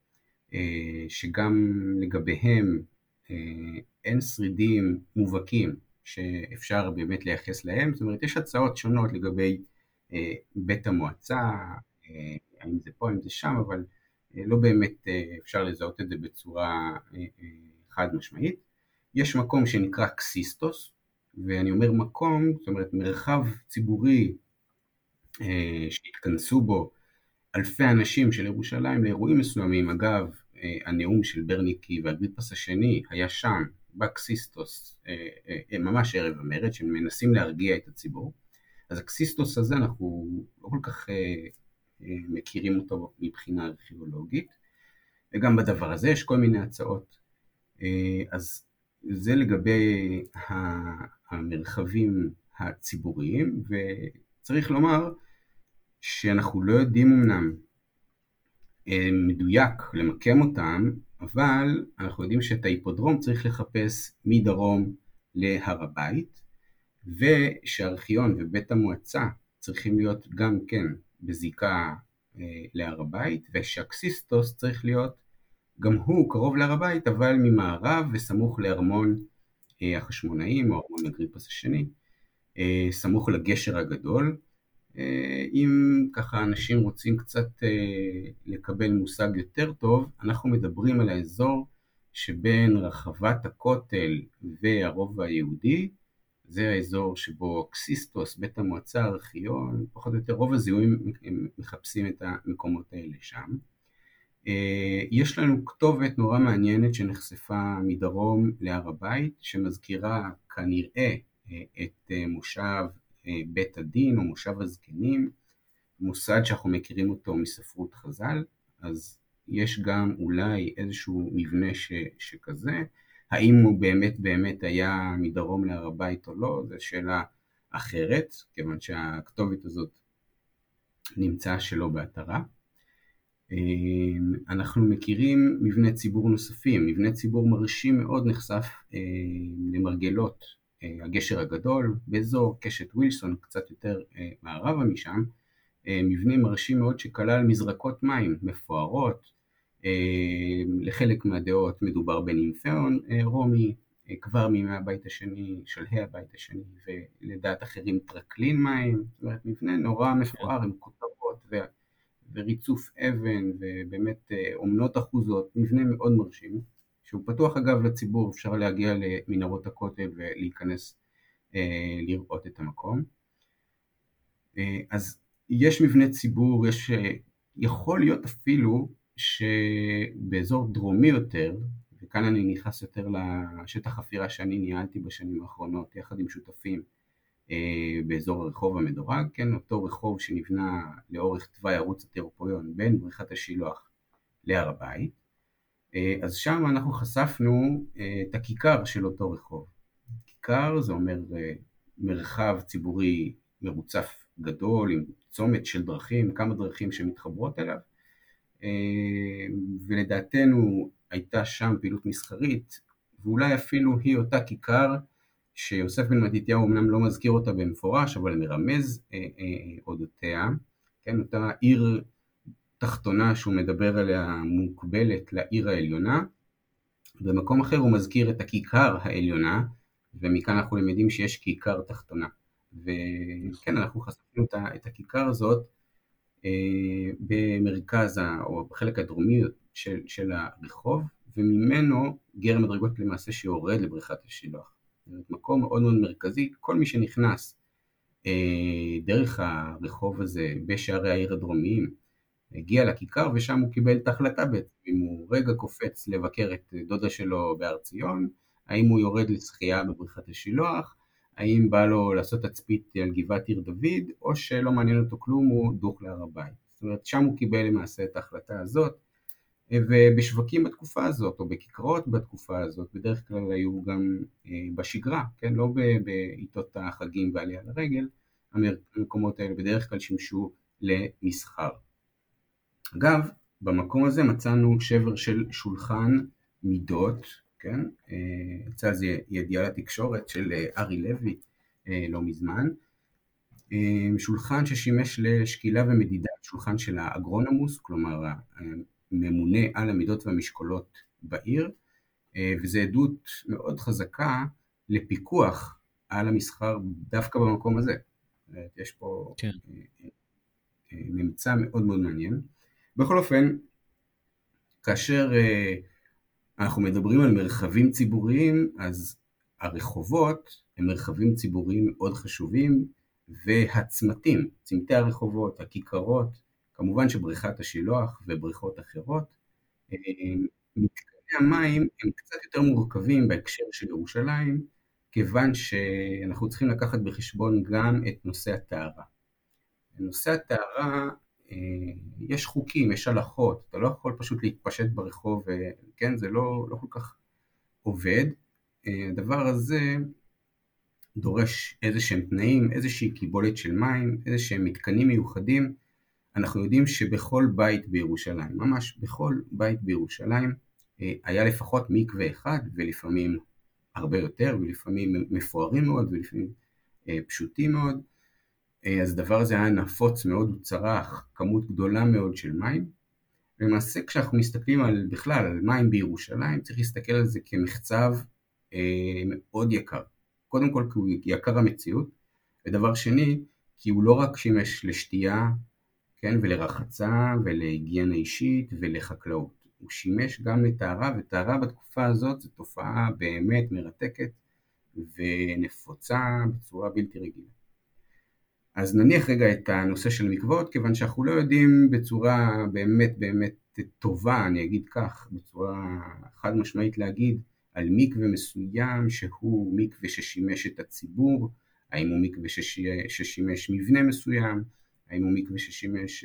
[SPEAKER 2] שגם לגביהם אין שרידים מובהקים שאפשר באמת לייחס להם. זאת אומרת, יש הצעות שונות לגבי בית המועצה, האם זה פה, האם זה שם, אבל לא באמת אפשר לזהות את זה בצורה חד משמעית. יש מקום שנקרא קסיסטוס, ואני אומר מקום, זאת אומרת מרחב ציבורי שהתכנסו בו אלפי אנשים של ירושלים לאירועים מסוימים. אגב, הנאום של ברניקי ואגריפס השני היה שם, בקסיסטוס, ממש ערב המרד, שמנסים להרגיע את הציבור. אז הקסיסטוס הזה אנחנו לא כל כך מכירים אותו מבחינה ארכיאולוגית, וגם בדבר הזה יש כל מיני הצעות. אז זה לגבי המרחבים הציבוריים, וצריך לומר שאנחנו לא יודעים אמנם מדויק למקם אותם, אבל אנחנו יודעים שאת ההיפודרום צריך לחפש מדרום להר הבית, ושהארכיון ובית המועצה צריכים להיות גם כן בזיקה להר הבית, ושהקסיסטוס צריך להיות גם הוא קרוב להר הבית, אבל ממערב וסמוך לארמון החשמונאים או ארמון אגריפס השני, סמוך לגשר הגדול. אם ככה אנשים רוצים קצת לקבל מושג יותר טוב, אנחנו מדברים על האזור שבין רחבת הכותל והרובע היהודי. זה האזור שבו הקסיסטוס, בית המועצה, הארכיון, פחות או יותר רוב הזיהויים מחפשים את המקומות האלה שם. יש לנו כתובת נורא מעניינת שנחשפה מדרום להר הבית, שמזכירה כנראה את מושב בית הדין או מושב הזקנים, מושג שאנחנו מכירים אותו מספרות חז"ל. אז יש גם אולי איזשהו מבנה שכזה, האם הוא באמת היה מדרום להר הבית או לא, זו שאלה אחרת, כיוון שהכתובת הזאת נמצאה שלא באתרה. אנחנו מכירים מבני ציבור נוספים, מבנה ציבור מרשים מאוד נחשף למרגלות הגשר הגדול, באזור קשת ווילסון, קצת יותר מערבה משם, מבנה מרשים מאוד שכלל מזרקות מים מפוארות, לחלק מהדעות מדובר בנימפאון רומי, כבר מימי הבית השני, שלהי הבית השני, ולדעת אחרים טרקלין מים, זאת אומרת מבנה נורא מפואר עם כותרות וריצוף אבן ובאמת אומנות אחוזות, מבנה מאוד מרשים, שהוא פתוח אגב לציבור, אפשר להגיע למנהרות הכותל ולהיכנס לראות את המקום. אז יש מבנה ציבור, יכול להיות אפילו שבאזור דרומי יותר, וכאן אני נכנס יותר לשטח חפירה שאני ניהלתי בשנים האחרונות יחד עם שותפים, באזור הרחוב המדורג, כן, אותו רחוב שנבנה לאורך תוואי ערוץ התירופויון בין בריכת השילוח להר הבית, אז שם אנחנו חשפנו את הכיכר של אותו רחוב. כיכר זה אומר מרחב ציבורי מרוצף גדול עם צומת של דרכים, כמה דרכים שמתחברות אליו, ולדעתנו הייתה שם פעילות מסחרית, ואולי אפילו היא אותה כיכר שיוסף בן מתתיהו אמנם לא מזכיר אותה במפורש, אבל מרמז אודותיה, כן, אותה עיר תחתונה שהוא מדבר עליה מוקבלת לעיר העליונה, במקום אחר הוא מזכיר את הכיכר העליונה, ומכאן אנחנו למדים שיש כיכר תחתונה, וכן, אנחנו חשפנו את הכיכר הזאת במרכז או בחלק הדרומי של הרחוב, וממנו גר מדרגות למעשה שיורד לבריכת השילוח. מקום מאוד מאוד מרכזי, כל מי שנכנס דרך הרחוב הזה בשערי העיר הדרומיים, הגיע לכיכר ושם הוא קיבל את ההחלטה בעצם, אם הוא רגע קופץ לבקר את דודה שלו בהר ציון, האם הוא יורד לשחייה בבריכת השילוח, האם בא לו לעשות תצפית על גבעת עיר דוד, או שלא מעניין אותו כלום, הוא דוך להר הבית. זאת אומרת, שם הוא קיבל למעשה את ההחלטה הזאת, ובשווקים בתקופה הזאת, או בכיכרות בתקופה הזאת, בדרך כלל היו גם בשגרה, כן? לא בעיתות החגים ועלייה לרגל, המקומות האלה בדרך כלל שימשו למסחר. אגב, במקום הזה מצאנו שבר של שולחן מידות, כן? יצא זה ידיעה לתקשורת של ארי לוי לא מזמן, שולחן ששימש לשקילה ומדידה, שולחן של האגרונומוס, כלומר ממונה על המידות והמשקולות בעיר, וזו עדות מאוד חזקה לפיקוח על המסחר דווקא במקום הזה. יש פה כן. ממצא מאוד מאוד מעניין. בכל אופן, כאשר אנחנו מדברים על מרחבים ציבוריים, אז הרחובות הם מרחבים ציבוריים מאוד חשובים, והצמתים, צמתי הרחובות, הכיכרות, כמובן שבריכת השילוח ובריכות אחרות, מתקני המים הם קצת יותר מורכבים בהקשר של ירושלים, כיוון שאנחנו צריכים לקחת בחשבון גם את נושא הטהרה. בנושא הטהרה יש חוקים, יש הלכות, אתה לא יכול פשוט להתפשט ברחוב, כן, זה לא כל כך עובד. הדבר הזה דורש איזשהם תנאים, איזושהי קיבולת של מים, איזשהם מתקנים מיוחדים. אנחנו יודעים שבכל בית בירושלים, ממש בכל בית בירושלים, היה לפחות מקווה אחד, ולפעמים הרבה יותר, ולפעמים מפוארים מאוד, ולפעמים פשוטים מאוד. אז הדבר הזה היה נפוץ מאוד, הוא צרך כמות גדולה מאוד של מים. למעשה כשאנחנו מסתכלים בכלל על מים בירושלים, צריך להסתכל על זה כמחצב מאוד יקר. קודם כל כי הוא יקר המציאות, ודבר שני, כי הוא לא רק שימש לשתייה, כן, ולרחצה ולהיגיינה אישית ולחקלאות. הוא שימש גם לטהרה, וטהרה בתקופה הזאת זו תופעה באמת מרתקת ונפוצה בצורה בלתי רגילה. אז נניח רגע את הנושא של מקוואות, כיוון שאנחנו לא יודעים בצורה באמת טובה, אני אגיד כך, בצורה חד משמעית להגיד, על מקווה מסוים שהוא מקווה ששימש את הציבור, האם הוא מקווה ששימש מבנה מסוים, האם הוא מקווה ששימש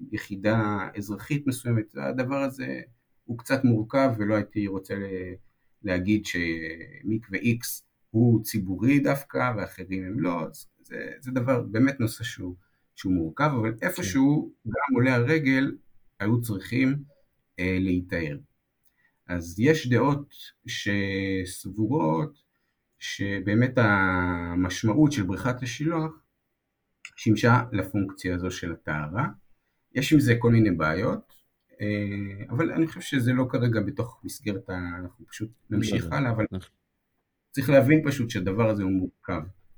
[SPEAKER 2] יחידה אזרחית מסוימת. הדבר הזה הוא קצת מורכב ולא הייתי רוצה להגיד שמקווה X הוא ציבורי דווקא ואחרים הם לא, זה דבר, באמת נושא שהוא מורכב, אבל איפשהו גם עולי הרגל היו צריכים להתאר. אז יש דעות שסבורות שבאמת המשמעות של בריכת השילוח שימשה לפונקציה הזו של הטהרה. יש עם זה כל מיני בעיות, אבל אני חושב שזה לא כרגע בתוך מסגרת, אנחנו פשוט נמשיך הלאה, אבל צריך להבין פשוט שהדבר הזה הוא מורכב.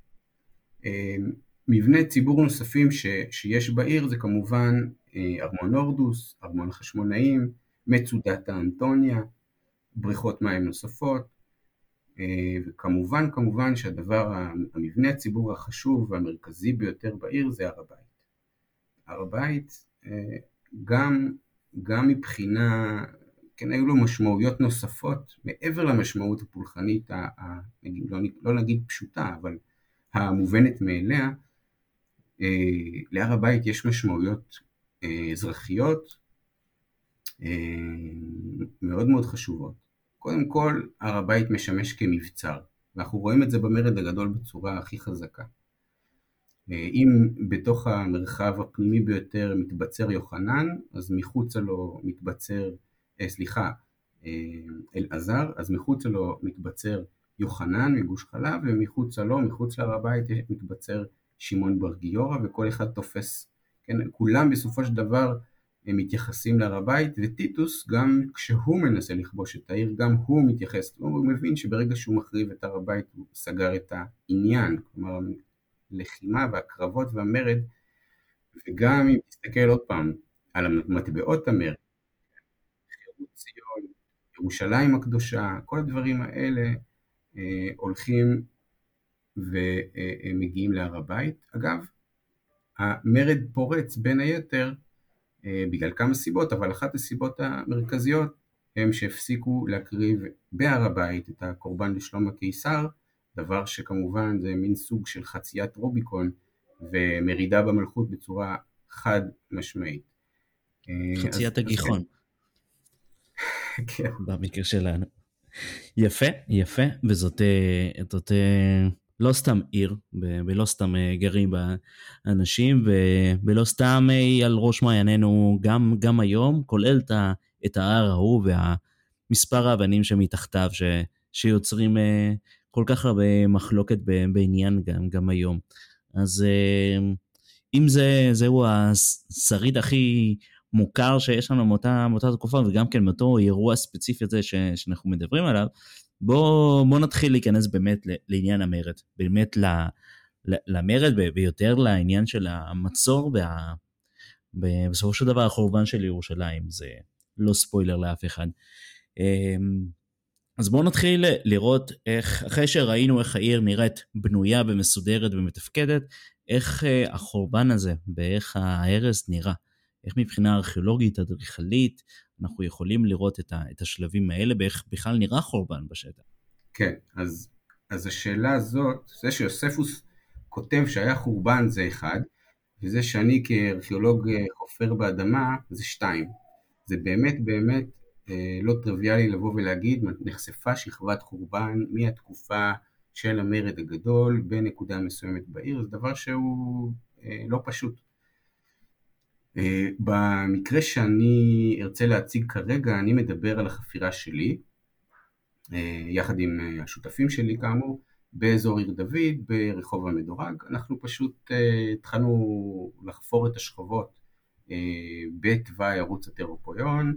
[SPEAKER 2] מבנה ציבור נוספים שיש בעיר זה כמובן ארמון אורדוס, ארמון חשמונאים, מצודת האנטוניה, בריכות מים נוספות, וכמובן המבנה הציבור החשוב והמרכזי ביותר בעיר זה הר הבית. הר הבית גם מבחינה, כן, היו לו משמעויות נוספות, מעבר למשמעות הפולחנית, לא נגיד פשוטה, אבל המובנת מאליה. להר הבית יש משמעויות אזרחיות מאוד מאוד חשובות. קודם כל, הר הבית משמש כמבצר, ואנחנו רואים את זה במרד הגדול בצורה הכי חזקה. אם בתוך המרחב הפנימי ביותר מתבצר יוחנן, אז מחוצה לו מתבצר, אלעזר, אז מחוצה לו מתבצר יוחנן מגוש חלב, ומחוצה לו, מחוץ להר הבית, מתבצר שמעון בר גיורא, וכל אחד תופס, כן, כולם בסופו של דבר הם מתייחסים להר הבית, וטיטוס גם כשהוא מנסה לכבוש את העיר, גם הוא מתייחס, הוא מבין שברגע שהוא מחריב את הר הבית, הוא סגר את העניין, כלומר, לחימה והקרבות והמרד, וגם אם תסתכל עוד פעם על מטבעות המרד, חירות ציון, ירושלים הקדושה, כל הדברים האלה הולכים ומגיעים להר הבית. אגב, המרד פורץ בין היתר בגלל כמה סיבות, אבל אחת הסיבות המרכזיות הם שהפסיקו להקריב בהר הבית את הקורבן לשלום הקיסר, דבר שכמובן זה מין סוג של חציית רוביקון ומרידה במלכות בצורה חד משמעית.
[SPEAKER 1] חציית הגיחון. במקרה שלנו. יפה, וזאת לא סתם עיר, ולא סתם גרים באנשים, ולא סתם על ראש מעיינינו גם היום, כולל את ההר ההוא והמספר האבנים שמתחתיו שיוצרים כל כך הרבה מחלוקת בעניין גם היום. אז אם זהו השריד הכי מוכר שיש לנו מאותה תקופה, וגם כן מאותו אירוע ספציפי הזה שאנחנו מדברים עליו, בוא נתחיל להיכנס באמת לעניין המרד, באמת למרד ויותר לעניין של המצור, בסופו של דבר החורבן של ירושלים, זה לא ספוילר לאף אחד. אז בואו נתחיל לראות איך, אחרי שראינו איך העיר נראית בנויה ומסודרת ומתפקדת, איך החורבן הזה ואיך ההרס נראה, איך מבחינה ארכיאולוגית, אדריכלית, אנחנו יכולים לראות את השלבים האלה, ואיך בכלל נראה חורבן בשטח.
[SPEAKER 2] כן, אז השאלה הזאת, זה שיוספוס כותב שהיה חורבן זה אחד, וזה שאני כארכיאולוג חופר באדמה זה שתיים. זה באמת לא טריוויאלי לבוא ולהגיד, נחשפה שכבת חורבן מהתקופה של המרד הגדול בנקודה מסוימת בעיר, זה דבר שהוא לא פשוט. במקרה שאני ארצה להציג כרגע, אני מדבר על החפירה שלי, יחד עם השותפים שלי כאמור, באזור עיר דוד, ברחוב המדורג. אנחנו פשוט התחלנו לחפור את השכבות בתוואי ערוץ התרופויון,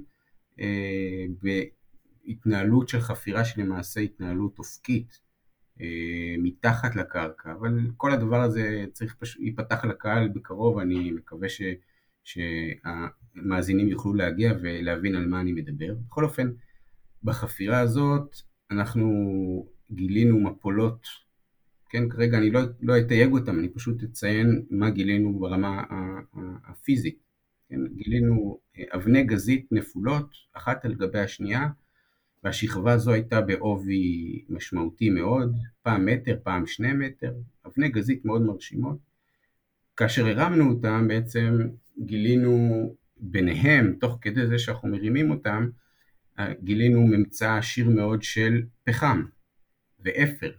[SPEAKER 2] בהתנהלות של חפירה שלמעשה התנהלות אופקית מתחת לקרקע, אבל כל הדבר הזה צריך ייפתח לקהל בקרוב, אני מקווה שהמאזינים יוכלו להגיע ולהבין על מה אני מדבר. בכל אופן, בחפירה הזאת אנחנו גילינו מפולות, כן, כרגע אני לא אתייג אותם, אני פשוט אציין מה גילינו ברמה הפיזית. כן, גילינו אבני גזית נפולות, אחת על גבי השנייה, והשכבה הזו הייתה בעובי משמעותי מאוד, פעם מטר, פעם 2 מטר, אבני גזית מאוד מרשימות. כאשר הרמנו אותם, בעצם גילינו ביניהם, תוך כדי זה שאנחנו מרימים אותם, גילינו ממצא עשיר מאוד של פחם ואפר,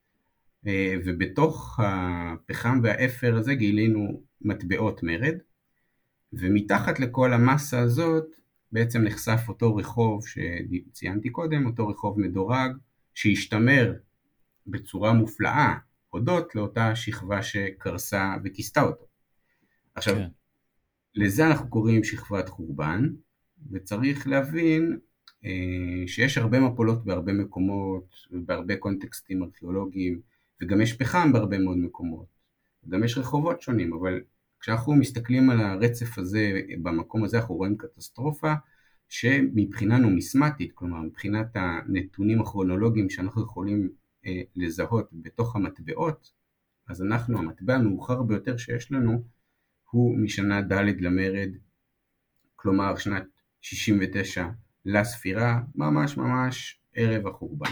[SPEAKER 2] ובתוך הפחם והאפר הזה גילינו מטבעות מרד, ומתחת לכל המסה הזאת בעצם נחשף אותו רחוב שציינתי קודם, אותו רחוב מדורג שהשתמר בצורה מופלאה הודות לאותה שכבה שקרסה וכיסתה אותו. עכשיו, כן. לזה אנחנו קוראים שכבת חורבן, וצריך להבין שיש הרבה מפולות בהרבה מקומות, בהרבה קונטקסטים ארכיאולוגיים, וגם יש פחם בהרבה מאוד מקומות, וגם יש רחובות שונים, אבל כשאנחנו מסתכלים על הרצף הזה, במקום הזה אנחנו רואים קטסטרופה, שמבחינה נומיסמטית, כלומר מבחינת הנתונים הכרונולוגיים שאנחנו יכולים לזהות בתוך המטבעות, אז אנחנו, המטבע המאוחר ביותר שיש לנו, הוא משנה ד' למרד, כלומר שנת 69 לספירה, ממש ערב החורבן.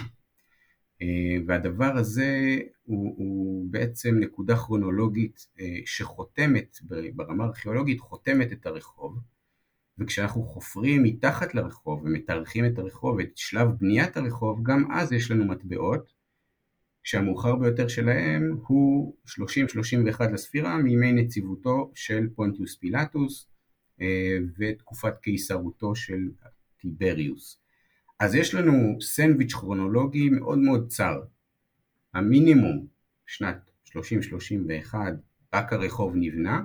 [SPEAKER 2] והדבר הזה הוא בעצם נקודה כרונולוגית שחותמת, ברמה הארכיאולוגית, חותמת את הרחוב, וכשאנחנו חופרים מתחת לרחוב ומתארכים את הרחוב, את שלב בניית הרחוב, גם אז יש לנו מטבעות, שהמאוחר ביותר שלהם הוא 30-31 לספירה, מימי נציבותו של פונטיוס פילטוס, ותקופת קיסרותו של טיבריוס. אז יש לנו סנדוויץ' כרונולוגי מאוד מאוד צר. המינימום שנת 30-31 רק הרחוב נבנה,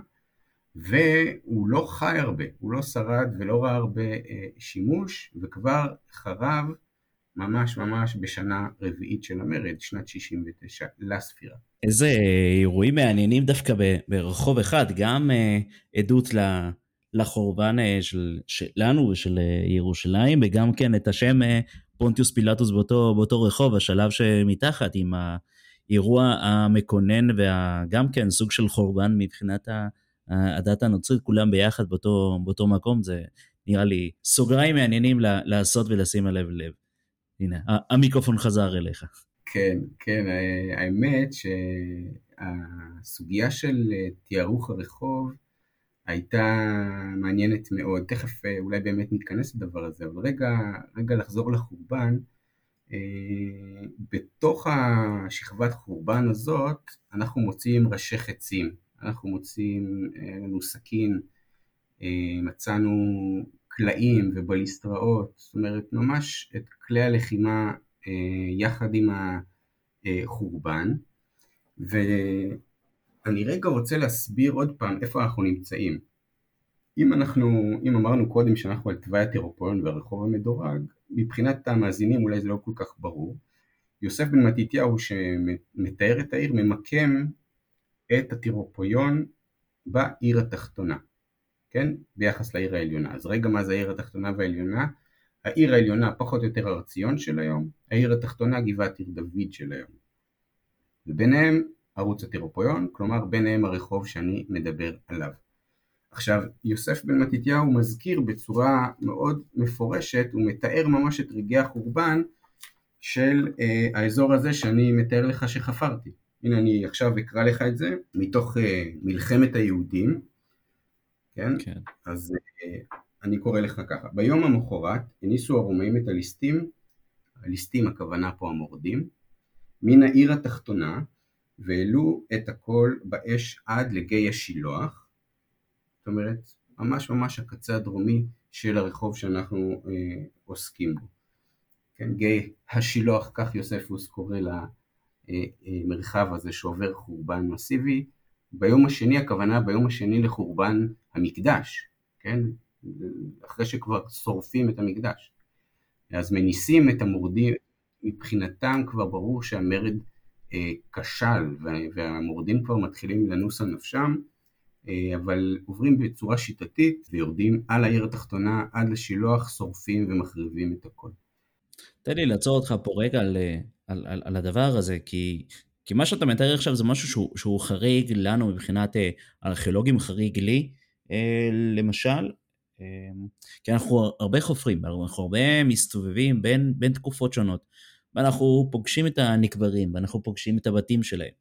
[SPEAKER 2] והוא לא חי הרבה, הוא לא שרד ולא ראה הרבה שימוש, וכבר חרב ממש בשנה רביעית של המרד, שנת 69 לספירה.
[SPEAKER 1] איזה אירועים מעניינים דווקא ברחוב אחד, גם עדות לחורבן שלנו ושל ירושלים, וגם כן את השם פונטיוס פילטוס באותו רחוב, השלב שמתחת עם האירוע המקונן, וגם כן סוג של חורבן מבחינת הדת הנוצרית, כולם ביחד באותו מקום, זה נראה לי סוגריים מעניינים לעשות ולשים עליו לב. הנה, המיקרופון חזר אליך.
[SPEAKER 2] כן, האמת שהסוגיה של תיארוך הרחוב הייתה מעניינת מאוד, תכף אולי באמת נתכנס לדבר הזה, אבל רגע לחזור לחורבן, בתוך השכבת חורבן הזאת אנחנו מוצאים ראשי חצים, אנחנו מוצאים לנו סכין, מצאנו קלעים ובליסטראות, זאת אומרת ממש את כלי הלחימה יחד עם החורבן, ואני רגע רוצה להסביר עוד פעם איפה אנחנו נמצאים. אם אמרנו קודם שאנחנו על תוואי התירופויון והרחוב המדורג, מבחינת המאזינים אולי זה לא כל כך ברור, יוסף בן מתתיהו שמתאר את העיר ממקם את התירופויון בעיר התחתונה, כן? ביחס לעיר העליונה. אז רגע, מה זה העיר התחתונה והעליונה? העיר העליונה פחות או יותר הר ציון של היום, העיר התחתונה גבעת עיר דוד של היום. וביניהם ערוץ התירופויון, כלומר ביניהם הרחוב שאני מדבר עליו. עכשיו, יוסף בן מתתיהו מזכיר בצורה מאוד מפורשת, הוא מתאר ממש את רגעי החורבן של האזור הזה שאני מתאר לך שחפרתי. הנה אני עכשיו אקרא לך את זה, מתוך מלחמת היהודים, כן? אז אני קורא לך ככה, ביום המחרת הניסו הרומאים את הליסטים הכוונה פה המורדים, מן העיר התחתונה, והעלו את הכל באש עד לגיא השילוח, זאת אומרת, ממש הקצה הדרומי של הרחוב שאנחנו עוסקים בו. כן, גיא השילוח, כך יוספוס קורא למרחב הזה שעובר חורבן מסיבי. ביום השני, הכוונה ביום השני לחורבן המקדש, כן? אחרי שכבר שורפים את המקדש. אז מניסים את המורדים, מבחינתם כבר ברור שהמרד כשל, והמורדים כבר מתחילים לנוס על נפשם, אבל עוברים בצורה שיטתית ויורדים על העיר התחתונה עד לשילוח, שורפים ומחריבים את הכל.
[SPEAKER 1] תן לי לעצור אותך פה רגע על הדבר הזה, כי מה שאתה מתאר עכשיו זה משהו שהוא חריג לנו מבחינת ארכיאולוגים, חריג לי, למשל, כי אנחנו הרבה חופרים, אנחנו הרבה מסתובבים בין תקופות שונות, ואנחנו פוגשים את הנקברים, ואנחנו פוגשים את הבתים שלהם,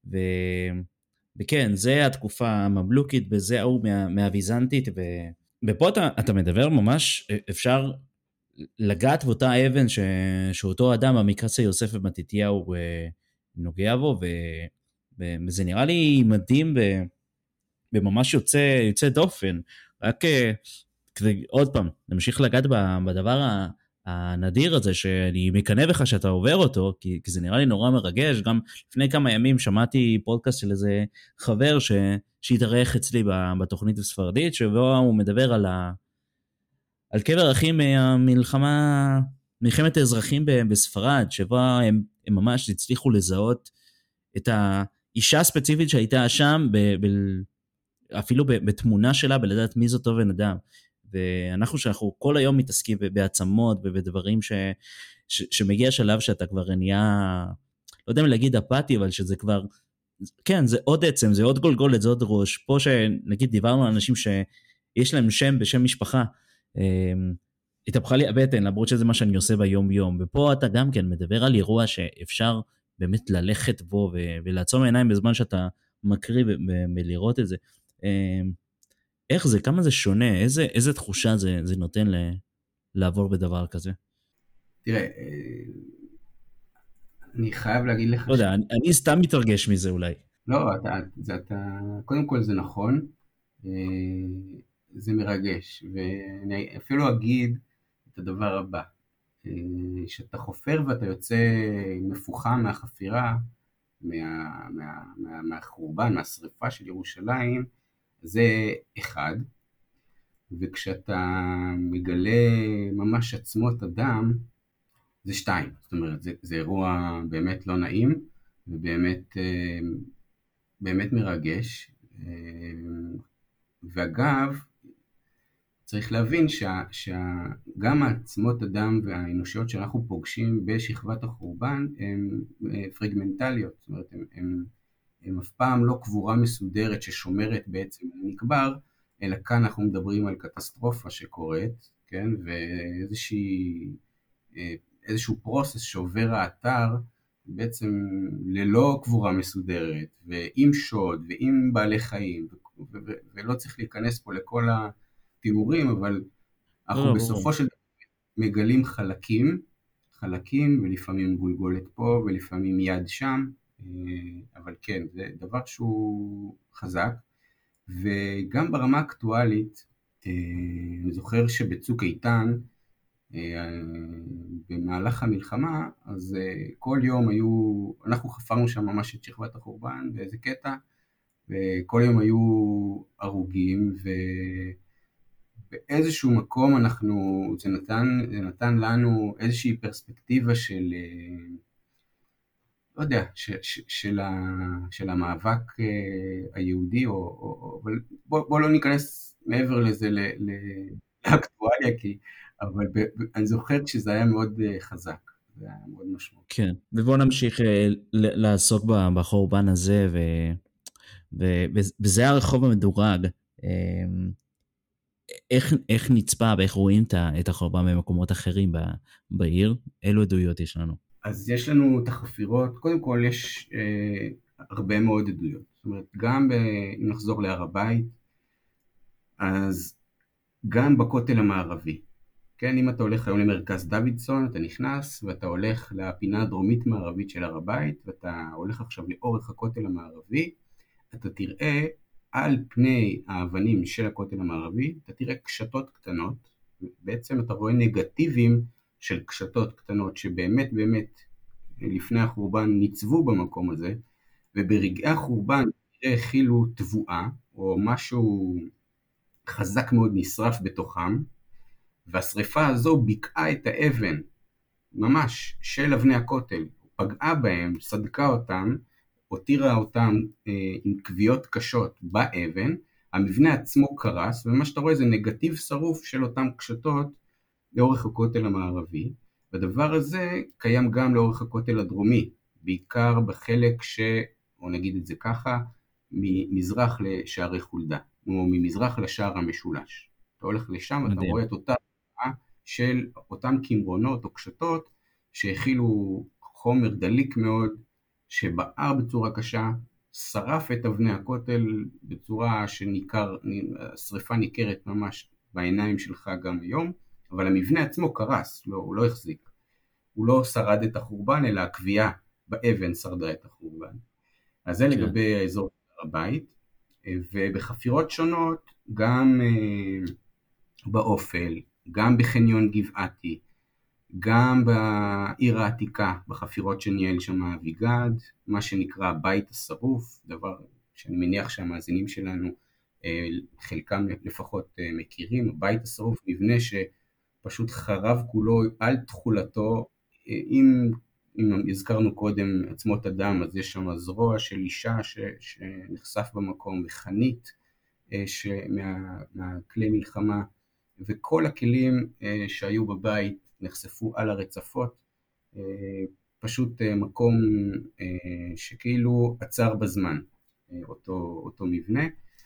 [SPEAKER 1] וכן, זה התקופה הממלוכית, וזה ההוא מהביזנטית, ופה אתה מדבר ממש, אפשר לגעת באותה אבן שאותו אדם, במקרה יוסף בן מתתיהו, נוגע בו, וזה נראה לי מדהים וממש יוצא דופן. רק כדי עוד פעם, נמשיך לגעת בדבר הנדיר הזה, שאני מקנא בך שאתה עובר אותו, כי זה נראה לי נורא מרגש. גם לפני כמה ימים שמעתי פודקאסט של איזה חבר שהתארח אצלי בתוכנית הספרדית, שבו הוא מדבר על קבר אחים מלחמת האזרחים בספרד, שבה הם ממש הצליחו לזהות את האישה הספציפית שהייתה שם, אפילו בתמונה שלה, בלדעת מי זאת בן אדם. שאנחנו כל היום מתעסקים בעצמות ובדברים שמגיע שלב שאתה כבר נהיה, לא יודע אם להגיד אפאתי, אבל שזה כבר, כן, זה עוד עצם, זה עוד גולגולת, זה עוד ראש. פה שנגיד דיברנו על אנשים שיש להם שם בשם משפחה, התהפכה לי הבטן, למרות שזה מה שאני עושה ביום יום, ופה אתה גם כן מדבר על אירוע שאפשר באמת ללכת בו, ולעצום העיניים בזמן שאתה מקריא ולראות את זה. איך זה, כמה זה שונה, איזה תחושה זה נותן לעבור בדבר כזה?
[SPEAKER 2] תראה, אני חייב להגיד לך...
[SPEAKER 1] לא יודע, אני סתם מתרגש מזה אולי.
[SPEAKER 2] לא, קודם כל זה נכון, זה מרגש, ואני אפילו אגיד את הדבר הבא, שאתה חופר ואתה יוצא מפוחם מהחפירה, מהחורבן, מהשריפה של ירושלים, זה אחד, וכשאתה מגלה ממש עצמות אדם, זה שתיים. זאת אומרת, זה אירוע באמת לא נעים, ובאמת באמת מרגש. ואגב, צריך להבין שגם העצמות אדם והאנושיות שאנחנו פוגשים בשכבת החורבן, הן פרגמנטליות. זאת אומרת, הם אף פעם לא קבורה מסודרת ששומרת בעצם נקבר, אלא כאן אנחנו מדברים על קטסטרופה שקורית, כן? ואיזשהו פרוסס שעובר האתר, בעצם ללא קבורה מסודרת, ועם שוד, ועם בעלי חיים, ולא צריך להיכנס פה לכל התיאורים, אבל אנחנו בסופו של דבר מגלים חלקים, ולפעמים גולגולת פה, ולפעמים יד שם, אבל כן, זה דבר שהוא חזק, וגם ברמה אקטואלית, אני זוכר שבצוק איתן, במהלך המלחמה, אז כל יום אנחנו חפרנו שם ממש את שכבת החורבן באיזה קטע, וכל יום היו הרוגים, ובאיזשהו מקום זה נתן לנו איזושהי פרספקטיבה של, לא יודע, של המאבק היהודי, אבל בוא לא ניכנס מעבר לזה לאקטואליה, אבל אני זוכר שזה היה מאוד חזק, זה היה מאוד משמעות.
[SPEAKER 1] כן, ובואו נמשיך לעסוק בחורבן הזה, וזה הרחוב המדורג. איך נצפה ואיך רואים את החורבן במקומות אחרים בעיר? אילו עדויות יש לנו?
[SPEAKER 2] אז יש לנו את החפירות, קודם כל יש הרבה מאוד עדויות, זאת אומרת, גם אם נחזור להר הבית, אז גם בכותל המערבי, כן, אם אתה הולך היום למרכז דוידסון, אתה נכנס ואתה הולך לפינה הדרומית מערבית של הר הבית, ואתה הולך עכשיו לאורך הכותל המערבי, אתה תראה על פני האבנים של הכותל המערבי, אתה תראה קשתות קטנות, בעצם אתה רואה נגטיבים של קשתות קטנות, שבאמת לפני החורבן ניצבו במקום הזה, וברגעי החורבן הכילו תבואה, או משהו חזק מאוד נשרף בתוכם, והשריפה הזו ביקעה את האבן, ממש, של אבני הכותל, פגעה בהם, סדקה אותם, הותירה אותם עם כוויות קשות באבן, המבנה עצמו קרס, ומה שאתה רואה זה נגטיב שרוף של אותם קשתות לאורך הכותל המערבי, והדבר הזה קיים גם לאורך הכותל הדרומי, בעיקר בחלק או נגיד את זה ככה, ממזרח לשערי חולדה, או ממזרח לשער המשולש. אתה הולך לשם ואתה רואה את אותה של אותם קמרונות או קשתות שהכילו חומר דליק מאוד, שבער בצורה קשה, שרף את אבני הכותל בצורה השריפה ניכרת ממש בעיניים שלך גם היום, אבל המבנה עצמו קרס, הוא לא החזיק. הוא לא שרד את החורבן, אלא הקביעה באבן שרדה את החורבן. אז זה לגבי האזור הר הבית, ובחפירות שונות, גם באופל, גם בחניון גבעתי, גם בעיר העתיקה, בחפירות שניהל שם אביגד, מה שנקרא בית השרוף, דבר שאני מניח שהמאזינים שלנו, חלקם לפחות מכירים, בית השרוף, מבנה שפשוט חרב כולו על תחולתו, אם הזכרנו קודם עצמות אדם, אז יש שם זרוע של אישה שנחשף במקום, וחנית מהכלי מלחמה, וכל הכלים שהיו בבית נחשפו על הרצפות, פשוט מקום שכאילו עצר בזמן, אותו מבנה,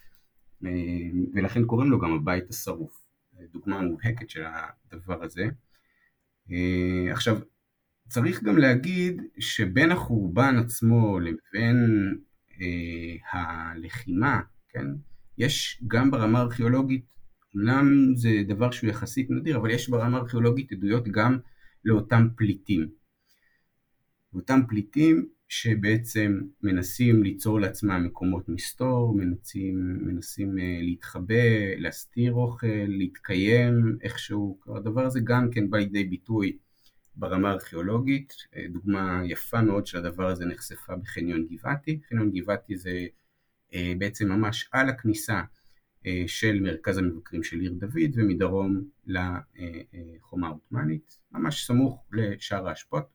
[SPEAKER 2] ולכן קוראים לו גם הבית השרוף, דוגמה מובהקת של הדבר הזה. עכשיו, צריך גם להגיד שבין החורבן עצמו לבין הלחימה, כן, יש גם ברמה הארכיאולוגית, אולם זה דבר שהוא יחסית נדיר, אבל יש ברמה הארכיאולוגית עדויות גם לאותם פליטים. אותם פליטים שבעצם מנסים ליצור לעצמם מקומות מסתור, מנסים להתחבא, להסתיר אוכל, להתקיים איכשהו. הדבר הזה גם כן בא לידי ביטוי ברמה הארכיאולוגית. דוגמה יפה מאוד של הדבר הזה נחשפה בחניון גבעתי. חניון גבעתי זה בעצם ממש על הכניסה של מרכז המבקרים של עיר דוד, ומדרום לחומה העות'מאנית, ממש סמוך לשער האשפות.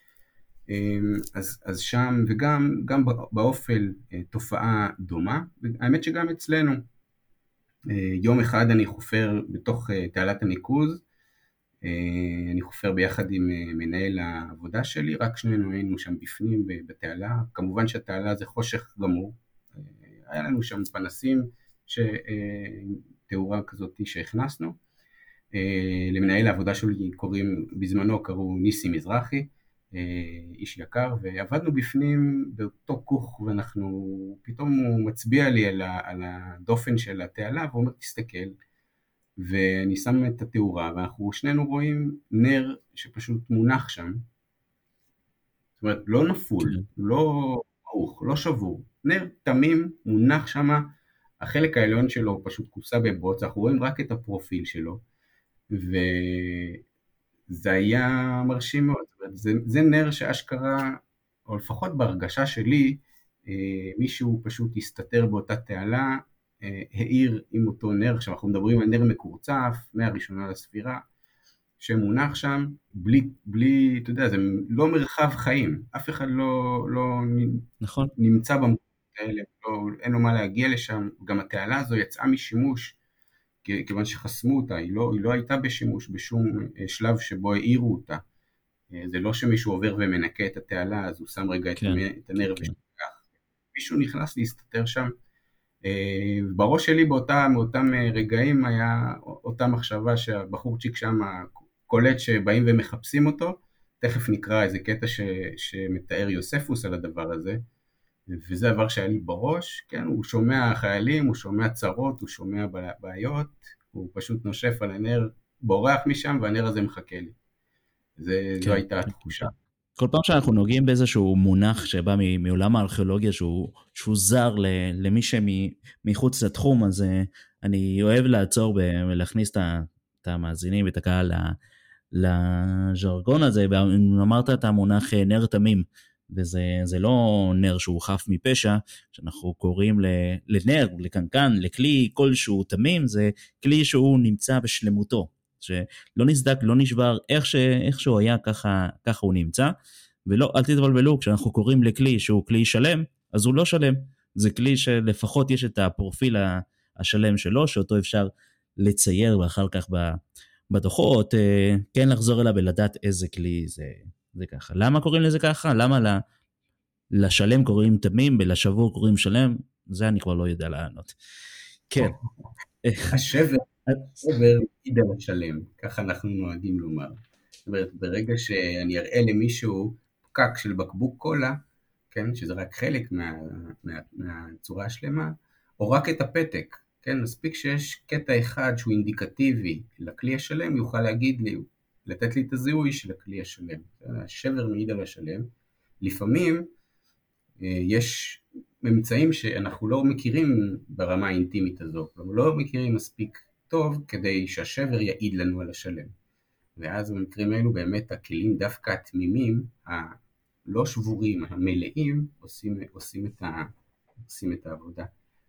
[SPEAKER 2] אז שם, וגם באופל תופעה דומה, האמת שגם אצלנו. יום אחד אני חופר בתוך תעלת הניקוז, אני חופר ביחד עם מנהל העבודה שלי, רק שנינו היינו שם בפנים בתעלה, כמובן שהתעלה זה חושך גמור, היה לנו שם פנסים, תאורה כזאת שהכנסנו, למנהל העבודה שלי בזמנו קראו ניסי מזרחי, איש יקר, ועבדנו בפנים באותו כוך, פתאום הוא מצביע לי על הדופן של התעלה, ואומר תסתכל, ואני שם את התאורה, ואנחנו שנינו רואים נר שפשוט מונח שם, זאת אומרת לא נפול, לא מעוך, לא שבור, נר תמים מונח שם, החלק העליון שלו פשוט כוסה בבוץ, אנחנו רואים רק את הפרופיל שלו, וזה היה מרשים מאוד. זה נר שאשכרה, או לפחות בהרגשה שלי, מישהו פשוט הסתתר באותה תעלה, העיר עם אותו נר. עכשיו אנחנו מדברים על נר מקורצף, מהראשונה לספירה, שמונח שם, בלי, אתה יודע, זה לא מרחב חיים, אף אחד לא
[SPEAKER 1] נכון.
[SPEAKER 2] נמצא במקום האלה, אין לו מה להגיע לשם, גם התעלה הזו יצאה משימוש, כיוון שחסמו אותה, היא לא הייתה בשימוש בשום שלב שבו העירו אותה, זה לא שמישהו עובר ומנקה את התעלה, אז הוא שם רגע את הנר ושכח, מישהו נכנס להסתתר שם, בראש שלי באותם רגעים היה אותה מחשבה שהבחורצ'יק שם קולט שבאים ומחפשים אותו, תכף נקרא איזה קטע שמתאר יוספוס על הדבר הזה, וזה דבר שהיה לי בראש, כן, הוא שומע חיילים, הוא שומע צרות, הוא שומע בעיות, הוא פשוט נושף על הנר, בורח משם והנר הזה מחכה לי. זו הייתה התחושה.
[SPEAKER 1] כל פעם שאנחנו נוגעים באיזשהו מונח שבא מעולם הארכיאולוגיה שהוא זר למי שמחוץ לתחום, אז אני אוהב לעצור ולהכניס את המאזינים ואת הקהל לז'רגון הזה, ואמרת את המונח נר תמים, וזה לא נר שהוא חף מפשע, שאנחנו קוראים לנר, לקנקן, לכלי כלשהו תמים, זה כלי שהוא נמצא בשלמותו, שלא נסדק, לא נשבר, איך שהוא היה, ככה הוא נמצא, ולא, אל תתבלבלו, כשאנחנו קוראים לכלי שהוא כלי שלם, אז הוא לא שלם, זה כלי שלפחות יש את הפרופיל השלם שלו, שאותו אפשר לצייר, ואחר כך בדוחות, כן לחזור אליו ולדעת איזה כלי זה ככה. למה קוראים לזה ככה? למה לשלם קוראים תמים, ולשבור קוראים שלם? זה אני כבר לא יודע לענות. כן.
[SPEAKER 2] השבר עיד על השלם, ככה אנחנו נוהגים לומר. זאת אומרת, ברגע שאני אראה למישהו פקק של בקבוק קולה, כן, שזה רק חלק מהצורה השלמה, או רק את הפתק, כן, מספיק שיש קטע אחד שהוא אינדיקטיבי לכלי השלם, יוכל להגיד לי, לתת לי את הזיהוי של הכלי השלם. השבר מעיד על השלם. לפעמים יש ממצאים שאנחנו לא מכירים ברמה האינטימית הזו, אנחנו לא מכירים מספיק טוב כדי שהשבר יעיד לנו על השלם. ואז במקרים האלו באמת הכלים דווקא התמימים, הלא שבורים, המלאים, עושים את העבודה.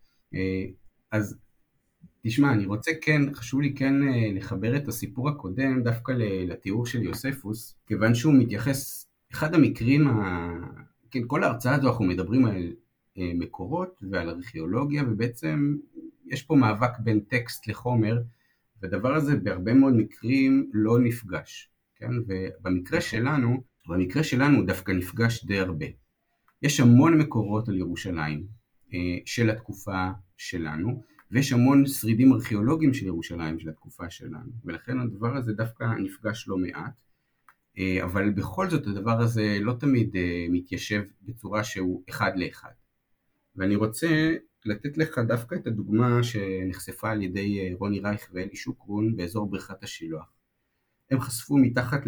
[SPEAKER 2] אז תשמע, אני רוצה חשוב לי לחבר את הסיפור הקודם דווקא לתיאור של יוספוס, כיוון שהוא מתייחס, אחד המקרים, כל ההרצאה הזו אנחנו מדברים על מקורות ועל ארכיאולוגיה, ובעצם יש פה מאבק בין טקסט לחומר, והדבר הזה בהרבה מאוד מקרים לא נפגש, כן? ובמקרה שלנו דווקא נפגש די הרבה. יש המון מקורות על ירושלים של התקופה שלנו, ויש המון שרידים ארכיאולוגיים של ירושלים של התקופה שלנו, ולכן הדבר הזה דווקא נפגש לא מעט, אבל בכל זאת הדבר הזה לא תמיד מתיישב בצורה שהוא אחד לאחד. ואני רוצה לתת לך דווקא את הדוגמה שנחשפה על ידי רוני רייך ואלי שוקרון באזור בריכת השילוח. הם חשפו מתחת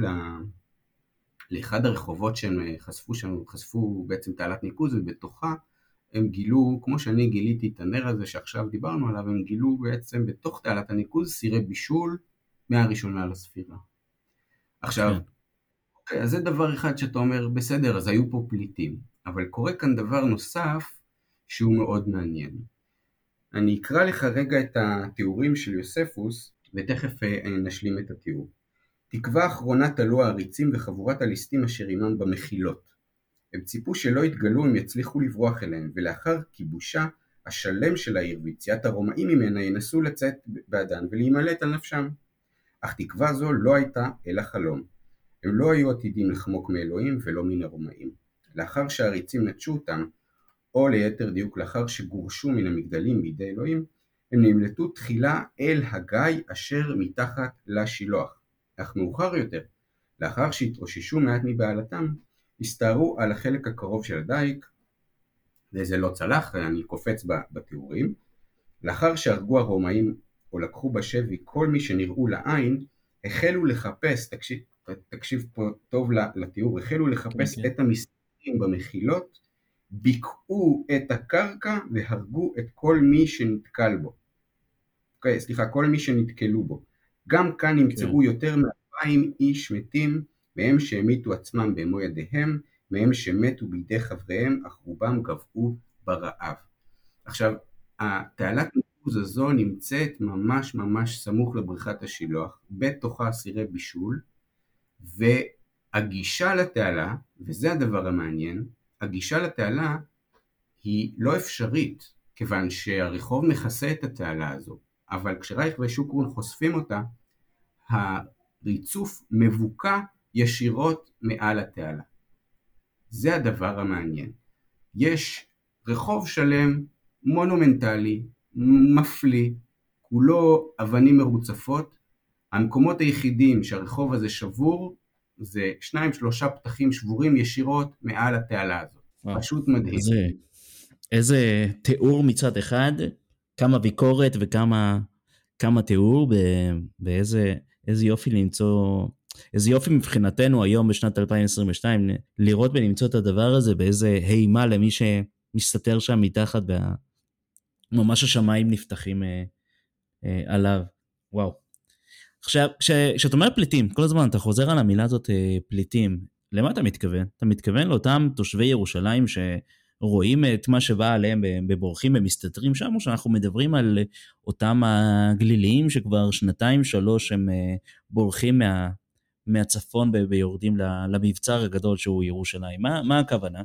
[SPEAKER 2] לאחד הרחובות שהם חשפו בעצם תעלת ניקוז, ובתוכה הם גילו, כמו שאני גיליתי את הנר הזה שעכשיו דיברנו עליו, הם גילו בעצם בתוך תעלת הניקוז סירי בישול מהראשונה לספירה. עכשיו, אז זה דבר אחד שאתה אומר, בסדר, אז היו פה פליטים, אבל קורה כאן דבר נוסף שהוא מאוד מעניין. אני אקרא לך רגע את התיאורים של יוספוס, ותכף נשלים את התיאור. תקווה אחרונה תלו העריצים וחבורת הליסטים אשר עמם במחילות. הם ציפו שלא יתגלו אם יצליחו לברוח אליהם, ולאחר כיבושה השלם של העיר ויציאת הרומאים ממנה ינסו לצאת בעדן ולהימלט על נפשם. אך תקווה זו לא הייתה אלא חלום. הם לא היו עתידים לחמוק מאלוהים ולא מן הרומאים. לאחר שהעריצים נטשו אותם, או ליתר דיוק לאחר שגורשו מן המגדלים בידי אלוהים, הם נמלטו תחילה אל הגיא אשר מתחת לשילוח. אך מאוחר יותר, לאחר שהתאוששו מעט מבעלתם, הסתערו על החלק הקרוב של הדייק, וזה לא צלח, אני קופץ בתיאורים. לאחר שהרגו הרומאים או לקחו בשבי כל מי שנראו לעין, החלו לחפש, תקשיב פה טוב לתיאור, החלו לחפש את המסתרים במחילות, ביקעו את הקרקע והרגו את כל מי שנתקל בו. כל מי שנתקלו בו. גם כאן נמצאו יותר מ2,000 איש מתים, מהם שהמיתו עצמם במו ידיהם, מהם שמתו בידי חבריהם, אך רובם גבעו ברעב. עכשיו, התעלת ניקוז הזו נמצאת ממש ממש סמוך לבריכת השילוח, בתוכה סירי בישול, והגישה לתעלה, וזה הדבר המעניין, הגישה לתעלה היא לא אפשרית, כיוון שהרחוב מכסה את התעלה הזו, אבל כשרייך ושוקרון חושפים אותה, הריצוף מבוקע ישירות מעל התעלה. זה הדבר המעניין. יש רחוב שלם, מונומנטלי, מפליא, כולו אבנים מרוצפות. המקומות היחידים שהרחוב הזה שבור, זה 2-3 פתחים שבורים ישירות מעל התעלה הזאת. פשוט מדהים.
[SPEAKER 1] איזה תיאור מצד אחד, כמה ביקורת וכמה תיאור, באיזה יופי למצוא, איזה יופי מבחינתנו היום בשנת 2022, לראות ולמצוא את הדבר הזה, באיזה הימה למי שמסתתר שם מתחת, ממש השמיים נפתחים עליו. וואו. עכשיו, כשאתה אומר פליטים, כל הזמן אתה חוזר על המילה הזאת פליטים, למה אתה מתכוון? אתה מתכוון לאותם תושבי ירושלים שרואים את מה שבא עליהם בבורחים ומסתתרים שם, או שאנחנו מדברים על אותם הגליליים שכבר 2-3 הם בורחים מהצפון ויורדים למבצר הגדול שהוא ירושלים? מה הכוונה?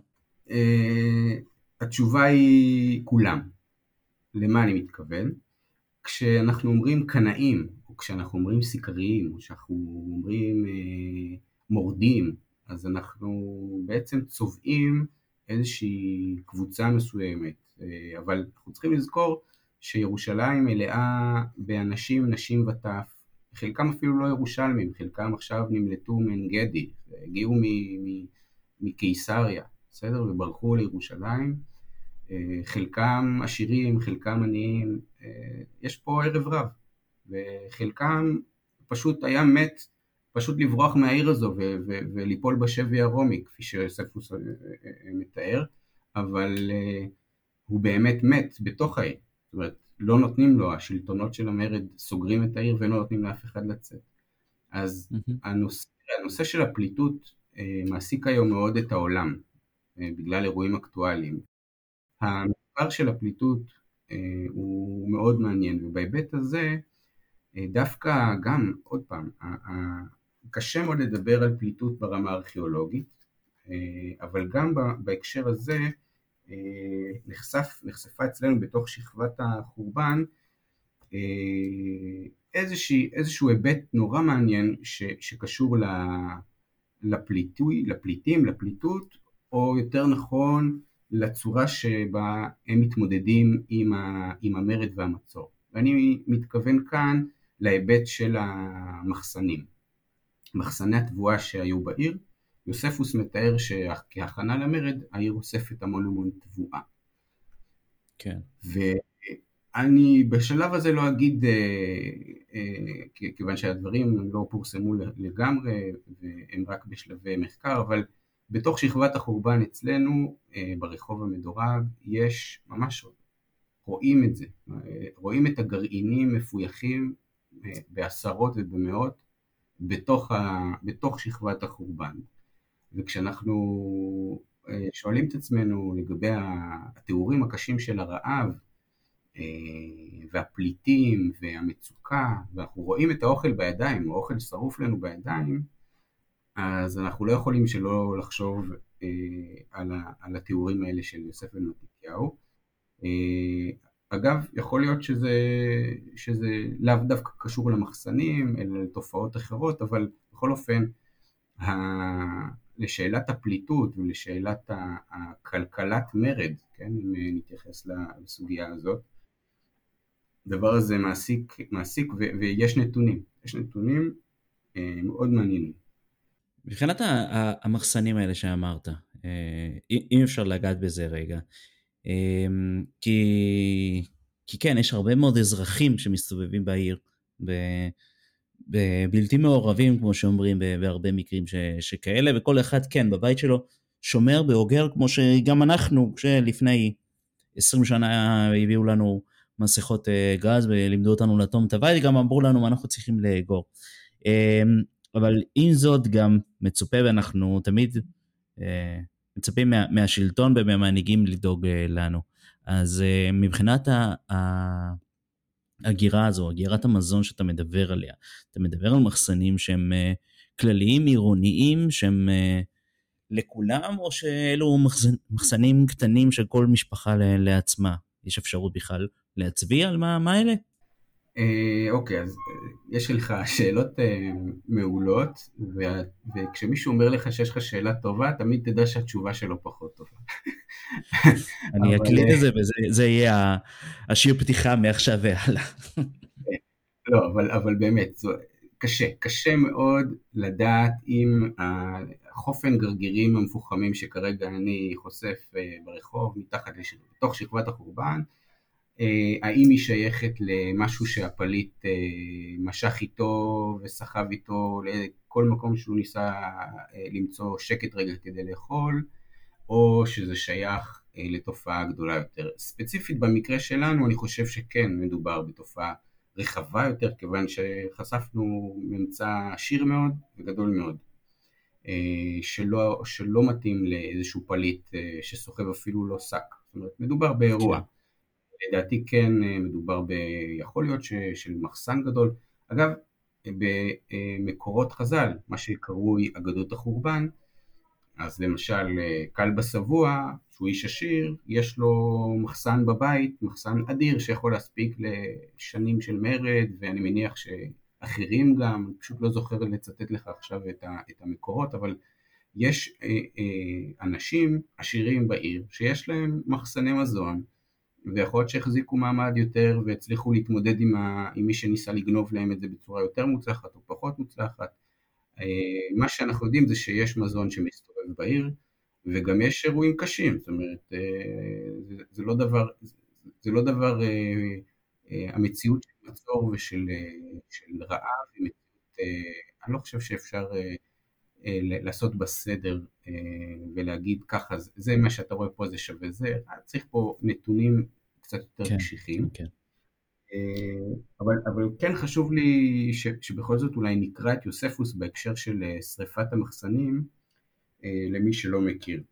[SPEAKER 2] התשובה היא כולם. למה אני מתכוון? כשאנחנו אומרים קנאים, או כשאנחנו אומרים סיקריים, או שאנחנו אומרים מורדים, אז אנחנו בעצם צובעים איזושהי קבוצה מסוימת, אבל אנחנו צריכים לזכור שירושלים מלאה באנשים, נשים וטף, חלקם אפילו לא ירושלמים, חלקם עכשיו נמלטו מעין גדי, הגיעו מקיסריה, בסדר? וברחו לירושלים, חלקם עשירים, חלקם עניים, יש פה ערב רב, וחלקם פשוט היה מת, פשוט לברוח מהעיר הזו וליפול בשבי הרומי, כפי שיוספוס מתאר, אבל הוא באמת מת בתוך העיר, זאת אומרת, לא נותנים לו, השלטונות של המרד סוגרים את העיר ולא נותנים לאף אחד לצאת. אז הנושא של הפליטות מעסיק היום מאוד את העולם, בגלל אירועים אקטואליים. המחקר של הפליטות הוא מאוד מעניין, ובהיבט הזה דווקא גם, עוד פעם, קשה מאוד לדבר על פליטות ברמה הארכיאולוגית, אבל גם בהקשר הזה נחשפה אצלנו בתוך שכבת החורבן איזשהו היבט נורא מעניין שקשור לפליטות, או יותר נכון לצורה שבה הם מתמודדים עם המרד והמצור. ואני מתכוון כאן להיבט של המחסנים. מחסני התבואה שהיו בעיר, יוספוס מתאר שכהכנה למרד, העיר אוספת המון תבואה.
[SPEAKER 1] כן.
[SPEAKER 2] ואני בשלב הזה לא אגיד, כיוון שהדברים לא פורסמו לגמרי, והם רק בשלבי מחקר, אבל בתוך שכבת החורבן אצלנו, ברחוב המדורג, יש ממש, רואים את זה, רואים את הגרעינים מפויחים בעשרות ובמאות, בתוך שכבת החורבן. וכשאנחנו שואלים את עצמנו לגבי התיאורים הקשים של הרעב, והפליטים והמצוקה, ואנחנו רואים את האוכל בידיים, האוכל שרוף לנו בידיים, אז אנחנו לא יכולים שלא לחשוב על התיאורים האלה של יוסף בן מתתיהו. אגב, יכול להיות שזה לאו דווקא קשור למחסנים, אלא לתופעות אחרות, אבל בכל אופן, לשאלת הפליטות ולשאלת הכלכלת מרד, כן, אם נתייחס לסוגיה הזאת, הדבר הזה מעסיק ויש נתונים מאוד מעניינים.
[SPEAKER 1] מבחינת המחסנים האלה שאמרת, אם אפשר לגעת בזה רגע, כי כן, יש הרבה מאוד אזרחים שמסתובבים בעיר, בבלתי מעורבים, כמו שאומרים, בהרבה מקרים שכאלה, וכל אחד כן, בבית שלו, שומר באוגר, כמו שגם אנחנו, כשלפני 20 שנה הביאו לנו מסכות גז, ולימדו אותנו לטום את הבית, גם אמרו לנו מה אנחנו צריכים לאגור. אבל עם זאת גם מצופה, ואנחנו תמיד מצפים מהשלטון ומהמנהיגים לדאוג לנו. אז מבחינת הגירה הזו, הגירת המזון שאתה מדבר עליה, אתה מדבר על מחסנים שהם כלליים, עירוניים, שהם לכולם, או שאלו מחסנים קטנים של כל משפחה לעצמה? יש אפשרות בכלל להצביע על מה אלה?
[SPEAKER 2] אוקיי, אז יש לך שאלות מעולות, וכשמישהו אומר לך שיש לך שאלה טובה, תמיד תדע שהתשובה שלו פחות טובה.
[SPEAKER 1] אני אקליט את זה, וזה יהיה השיר פתיחה מעכשיו והלאה.
[SPEAKER 2] לא, אבל באמת, קשה מאוד לדעת אם החופן גרגירים המפוחמים שכרגע אני חושף ברחוב, בתוך שכבת החורבן, האם היא שייכת למשהו שהפליט משך איתו וסחב איתו לכל מקום שהוא ניסה למצוא שקט רגע כדי לאכול, או שזה שייך לתופעה גדולה יותר. ספציפית במקרה שלנו אני חושב שכן מדובר בתופעה רחבה יותר, כיוון שחשפנו ממצא עשיר מאוד וגדול מאוד, שלא מתאים לאיזשהו פליט שסוחב אפילו לא שק. זאת אומרת, מדובר באירוע. לדעתי כן מדובר יכול להיות של מחסן גדול. אגב, במקורות חז"ל, מה שקרוי אגדות החורבן, אז למשל כלבא שבוע, שהוא איש עשיר, יש לו מחסן בבית, מחסן אדיר שיכול להספיק לשנים של מרד, ואני מניח שאחרים גם, פשוט לא זוכר לצטט לך עכשיו את המקורות, אבל יש אנשים עשירים בעיר שיש להם מחסני מזון, ויכול להיות שהחזיקו מעמד יותר והצליחו להתמודד עם מי שניסה לגנוב להם את זה בצורה יותר מוצלחת או פחות מוצלחת. מה שאנחנו יודעים זה שיש מזון שמסתובב בעיר, וגם יש אירועים קשים, זאת אומרת, זה לא דבר, המציאות של מצור ושל רעב, אני לא חושב שאפשר לעשות בסדר ולהגיד ככה, זה מה שאתה רואה פה זה שווה זה, צריך פה נתונים קצת יותר
[SPEAKER 1] כן,
[SPEAKER 2] קשיחים.
[SPEAKER 1] כן.
[SPEAKER 2] אבל כן חשוב לי שבכל זאת אולי נקרא את יוספוס בהקשר של שריפת המחסנים, למי שלא מכיר.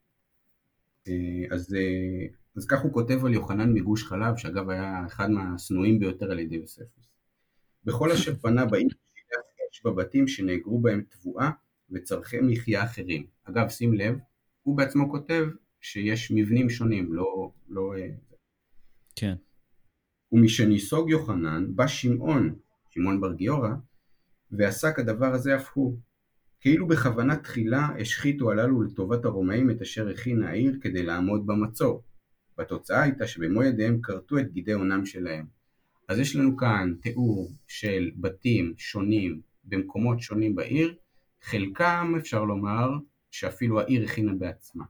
[SPEAKER 2] אז כך הוא כותב על יוחנן מגוש חלב, שאגב היה אחד מהשנואים ביותר על ידי יוספוס. בכל אשר פנה באים יש בבתים שנאגרו בהם תבואה וצרכי מחיה אחרים. אגב, שים לב, הוא בעצמו כותב שיש מבנים שונים, לא
[SPEAKER 1] כן.
[SPEAKER 2] ומשניסוג יוחנן בא שמעון בר גיורא, ועשה כדבר הזה אף הוא. כאילו בכוונה תחילה השחיתו הללו לטובת הרומאים את אשר הכין העיר כדי לעמוד במצור. והתוצאה הייתה שבמו ידיהם כרתו את גידי עונם שלהם. אז יש לנו כאן תיאור של בתים שונים במקומות שונים בעיר, חלקם אפשר לומר שאפילו העיר הכינה בעצמה.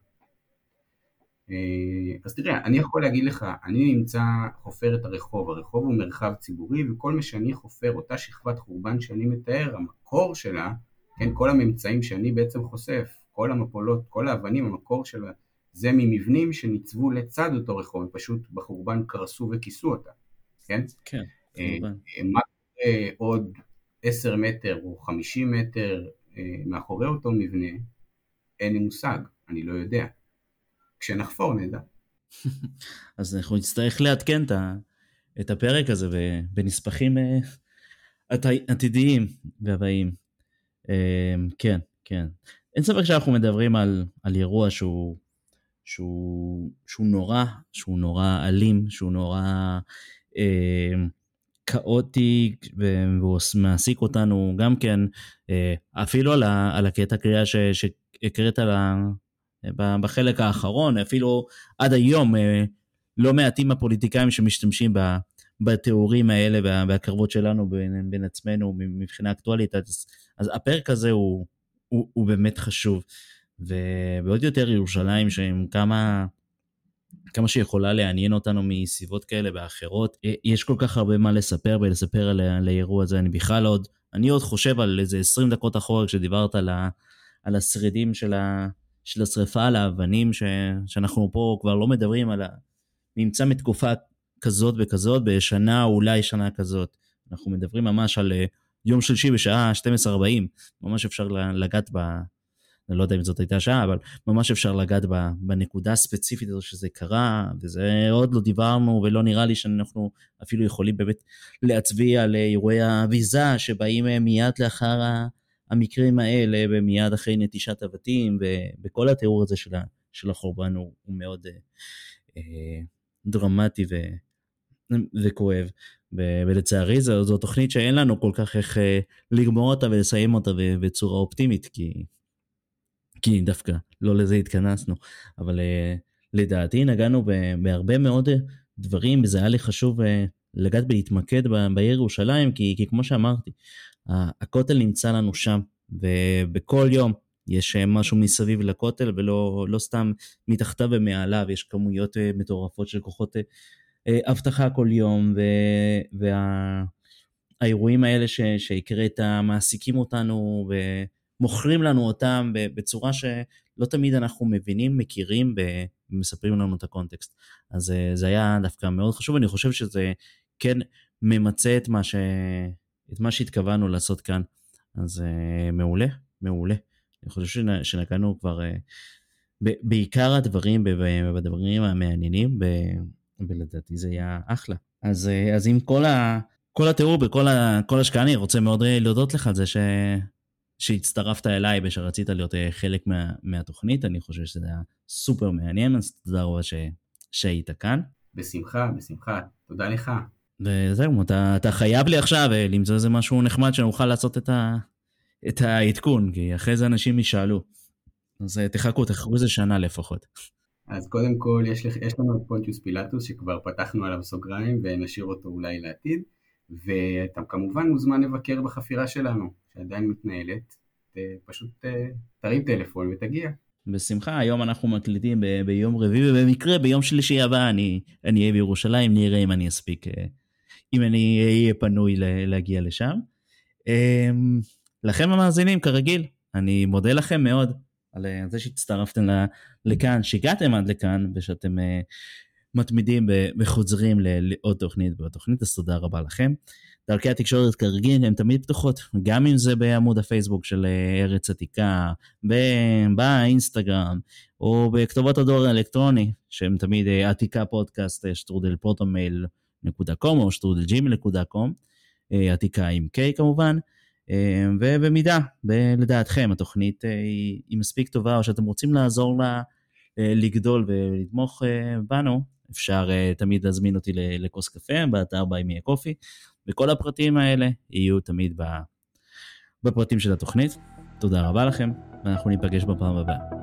[SPEAKER 2] אז תראה, אני יכול להגיד לך, אני נמצא חופר את הרחוב הוא מרחב ציבורי, וכל מה שאני חופר, אותה שכבת חורבן שאני מתאר, המקור שלה, כן, כל הממצאים שאני בעצם חושף, כל המפולות, כל האבנים, המקור שלה, זה ממבנים שניצבו לצד אותו רחוב, פשוט בחורבן קרסו וכיסו אותה, כן?
[SPEAKER 1] כן, כמובן.
[SPEAKER 2] מה עוד 10 מטר או 50 מטר מאחורי אותו מבנה, אין לי מושג, אני לא יודע. כשנחפור נדע.
[SPEAKER 1] אז אנחנו נצטרך לעדכן את הפרק הזה בנספחים עתידיים והבאים. כן, כן. אין ספק שאנחנו מדברים על אירוע שהוא נורא אלים, שהוא נורא כאוטי, והוא מעסיק אותנו גם כן, אפילו על הקטע קריאה שהקראת בחלק האחרון, אפילו עד היום לא מעטים הפוליטיקאים שמשתמשים בתיאורים האלה והקרבות שלנו בין עצמנו מבחינה אקטואלית, אז הפרק הזה הוא באמת חשוב, ועוד יותר ירושלים שהם כמה שיכולה לעניין אותנו מסיבות כאלה ואחרות, יש כל כך הרבה מה לספר ולספר על האירוע הזה. אני עוד חושב על איזה 20 דקות אחורה כשדיברת על השרידים של השריפה, על האבנים, שאנחנו פה כבר לא מדברים על הממצא מתקופה כזאת וכזאת, בשנה או אולי שנה כזאת, אנחנו מדברים ממש על יום שלישי בשעה 12:40, ממש אפשר לגעת אני לא יודע אם זאת הייתה שעה, אבל ממש אפשר לגעת בנקודה הספציפית הזו שזה קרה, וזה עוד לא דיברנו, ולא נראה לי שאנחנו אפילו יכולים באמת להצביע על אירועי הוויזה, שבאים מיד לאחר המקרים האלה, ומיד אחרי נטישת הבתים, וכל התיאור הזה של החורבן הוא מאוד דרמטי וכואב, ולצערי זו תוכנית שאין לנו כל כך איך לגמור אותה ולסיים אותה בצורה אופטימית, כי דווקא לא לזה התכנסנו, אבל לדעתי נגענו בהרבה מאוד דברים, וזה היה לי חשוב לגעת ולהתמקד בעיר ירושלים, כי כמו שאמרתי, הכותל נמצא לנו שם, ובכל יום יש משהו מסביב לכותל, ולא סתם מתחתיו ומעליו, יש כמויות מטורפות של כוחות הבטחה כל יום, והאירועים האלה שהקראת מעסיקים אותנו, מוכרים לנו אותם בצורה שלא תמיד אנחנו מבינים, מכירים ומספרים לנו את הקונטקסט. אז זה היה דווקא מאוד חשוב, אני חושב שזה כן ממצא את מה שהתכוונו לעשות כאן. אז מעולה. אני חושב שנגענו כבר בעיקר הדברים, בדברים המעניינים, ולדעתי זה היה אחלה. אז עם כל התיאור בכל השקעה, אני רוצה מאוד להודות לך על זה שהצטרפת אליי ושרצית להיות חלק מהתוכנית. אני חושב שזה היה סופר מעניין, אז תודה רבה שהיית כאן.
[SPEAKER 2] בשמחה, תודה לך.
[SPEAKER 1] וזהו, אתה חייב לי עכשיו למצוא איזה משהו נחמד שנוכל לעשות את העדכון, כי אחרי זה אנשים ישאלו. אז תחכו איזה שנה לפחות.
[SPEAKER 2] אז קודם כל יש לנו את פונטיוס פילטוס שכבר פתחנו עליו סוגריים ונשאיר אותו אולי לעתיד, ואתה כמובן מוזמן לבקר בחפירה שלנו שעדיין מתנהלת, פשוט תרים טלפון ותגיע.
[SPEAKER 1] בשמחה, היום אנחנו מקליטים ביום רביעי, ובמקרה ביום שלישי הבא אני אהיה בירושלים, נראה אם אני אספיק, אם אני אהיה פנוי להגיע לשם. לכם המאזינים, כרגיל, אני מודה לכם מאוד על זה שהצטרפתם לכאן, שהגעתם עד לכאן, ושאתם מתמידים וחוזרים לעוד תוכנית בעוד תוכנית, אז תודה רבה לכם. דרכי התקשורת כרגיל הן תמיד פתוחות, גם אם זה בעמוד הפייסבוק של ארץ עתיקה, באינסטגרם, או בכתובות הדואר האלקטרוני, שהם תמיד עתיקה פודקאסט, שטרודלפרוטומייל.com או שטרודלג'ימייל.com, עתיקה עם K כמובן, ובמידה, לדעתכם, התוכנית היא מספיק טובה, או שאתם רוצים לעזור לה לגדול ולתמוך בנו, אפשר תמיד להזמין אותי לכוס קפה, באתר ביי מי הקופי, וכל הפרטים האלה יהיו תמיד בפרטים של התוכנית. תודה רבה לכם, ואנחנו ניפגש בפעם הבאה.